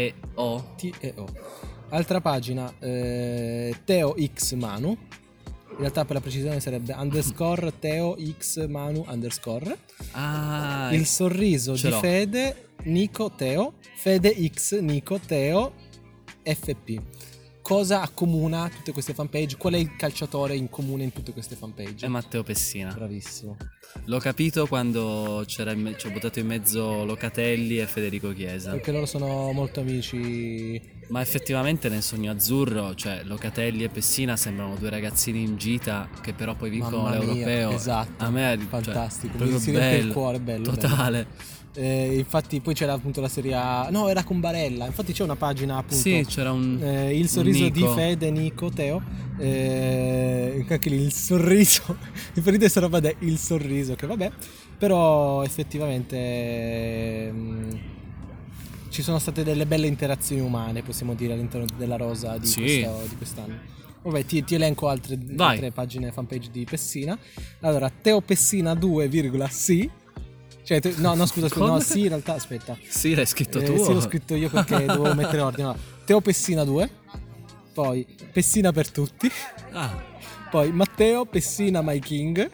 T-E-O. T-E-O. Altra pagina, Teo X Manu. In realtà per la precisione sarebbe underscore Teo X Manu underscore. Il sorriso di l'ho. Fede Nico Teo, Fede X Nico Teo FP. Cosa accomuna tutte queste fanpage? Qual è il calciatore in comune in tutte queste fanpage? È Matteo Pessina. Bravissimo. L'ho capito quando ci ho buttato in mezzo Locatelli e Federico Chiesa. Perché loro sono molto amici. Ma effettivamente nel sogno azzurro, cioè Locatelli e Pessina sembrano due ragazzini in gita che però poi vincono Mamma mia, l'europeo. esatto. A me Fantastico. Cioè, Si proprio riempie il bello, cuore, bello. totale. Infatti poi c'era appunto la serie A. No, era con Barella. Infatti c'è una pagina appunto. Sì, c'era il sorriso di Nico. Fede Nico Teo. Anche lì il sorriso. Mi fa ridere questa roba il sorriso, che vabbè. Però effettivamente ci sono state delle belle interazioni umane, possiamo dire, all'interno della rosa di, Sì. di quest'anno. Vabbè, ti elenco altre pagine fanpage di Pessina. Allora, Teo Pessina 2, sì. Cioè, no, scusa, no, sì, in realtà, aspetta. Sì, l'hai scritto tu? Sì, l'ho scritto io perché dovevo mettere ordine. No. Teo Pessina 2, poi Pessina per tutti, poi Matteo Pessina My King,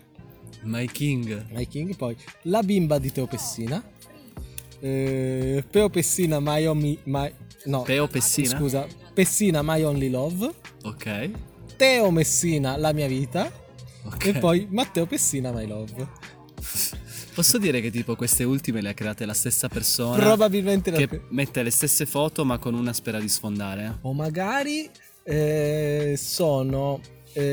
poi la bimba di Teo Pessina, Peo Pessina Peo Pessina? Scusa, Pessina My Only Love, Ok. Teo Messina La Mia Vita, Ok. e poi Matteo Pessina My Love. Posso dire che tipo queste ultime le ha create la stessa persona? Probabilmente che mette le stesse foto ma con una spera di sfondare. O magari sono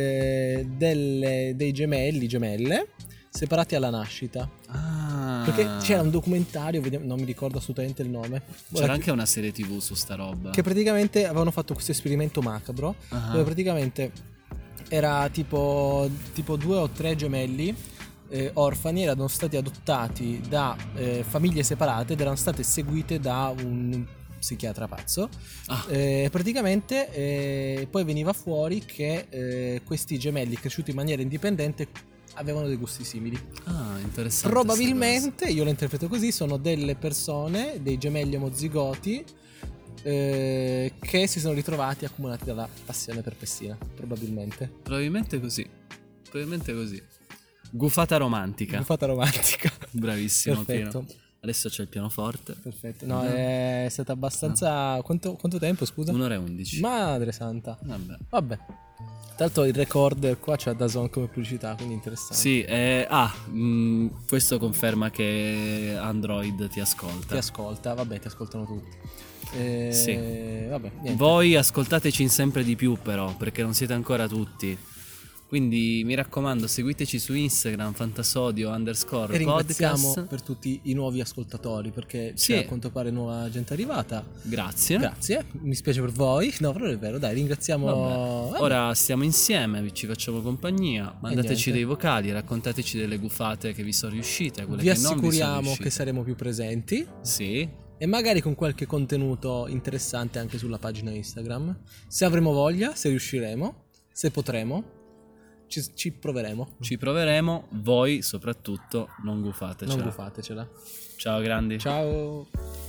dei gemelle separati alla nascita. Perché c'era un documentario, non mi ricordo assolutamente il nome. C'era anche una serie TV su sta roba. Che praticamente avevano fatto questo esperimento macabro, dove praticamente era tipo 2 o 3 gemelli orfani, erano stati adottati da famiglie separate ed erano state seguite da un psichiatra pazzo. Praticamente poi veniva fuori che questi gemelli cresciuti in maniera indipendente avevano dei gusti simili. Interessante. Probabilmente, io lo interpreto così, sono delle persone, dei gemelli omozigoti che si sono ritrovati accomunati dalla passione per Pessina. Probabilmente così. Gufata romantica. Bravissimo. Perfetto. Pino. Adesso c'è il pianoforte. Perfetto. No, è stata abbastanza. Quanto tempo, scusa? 1 ora e 11. Madre santa. Vabbè. Tra l'altro il recorder qua c'è DAZN come pubblicità, quindi interessante. Sì, questo conferma che Android ti ascolta. Ti ascoltano tutti. Sì. Vabbè, niente. Voi ascoltateci sempre di più però, perché non siete ancora tutti. Quindi mi raccomando, seguiteci su Instagram fantasodio _ e ringraziamo podcast. per tutti i nuovi ascoltatori, perché c'è a quanto pare nuova gente arrivata. Grazie. Mi spiace per voi. No, però è vero, dai, ringraziamo. Ora stiamo insieme, ci facciamo compagnia. Mandateci dei vocali, raccontateci delle gufate che vi sono riuscite, quelle vi che non vi sono assicuriamo riuscite. che saremo più presenti. Sì. E magari con qualche contenuto interessante anche sulla pagina Instagram. Se avremo voglia, se riusciremo, se potremo. Ci proveremo. Voi soprattutto non gufatecela. Non gufatecela. Ciao grandi. Ciao.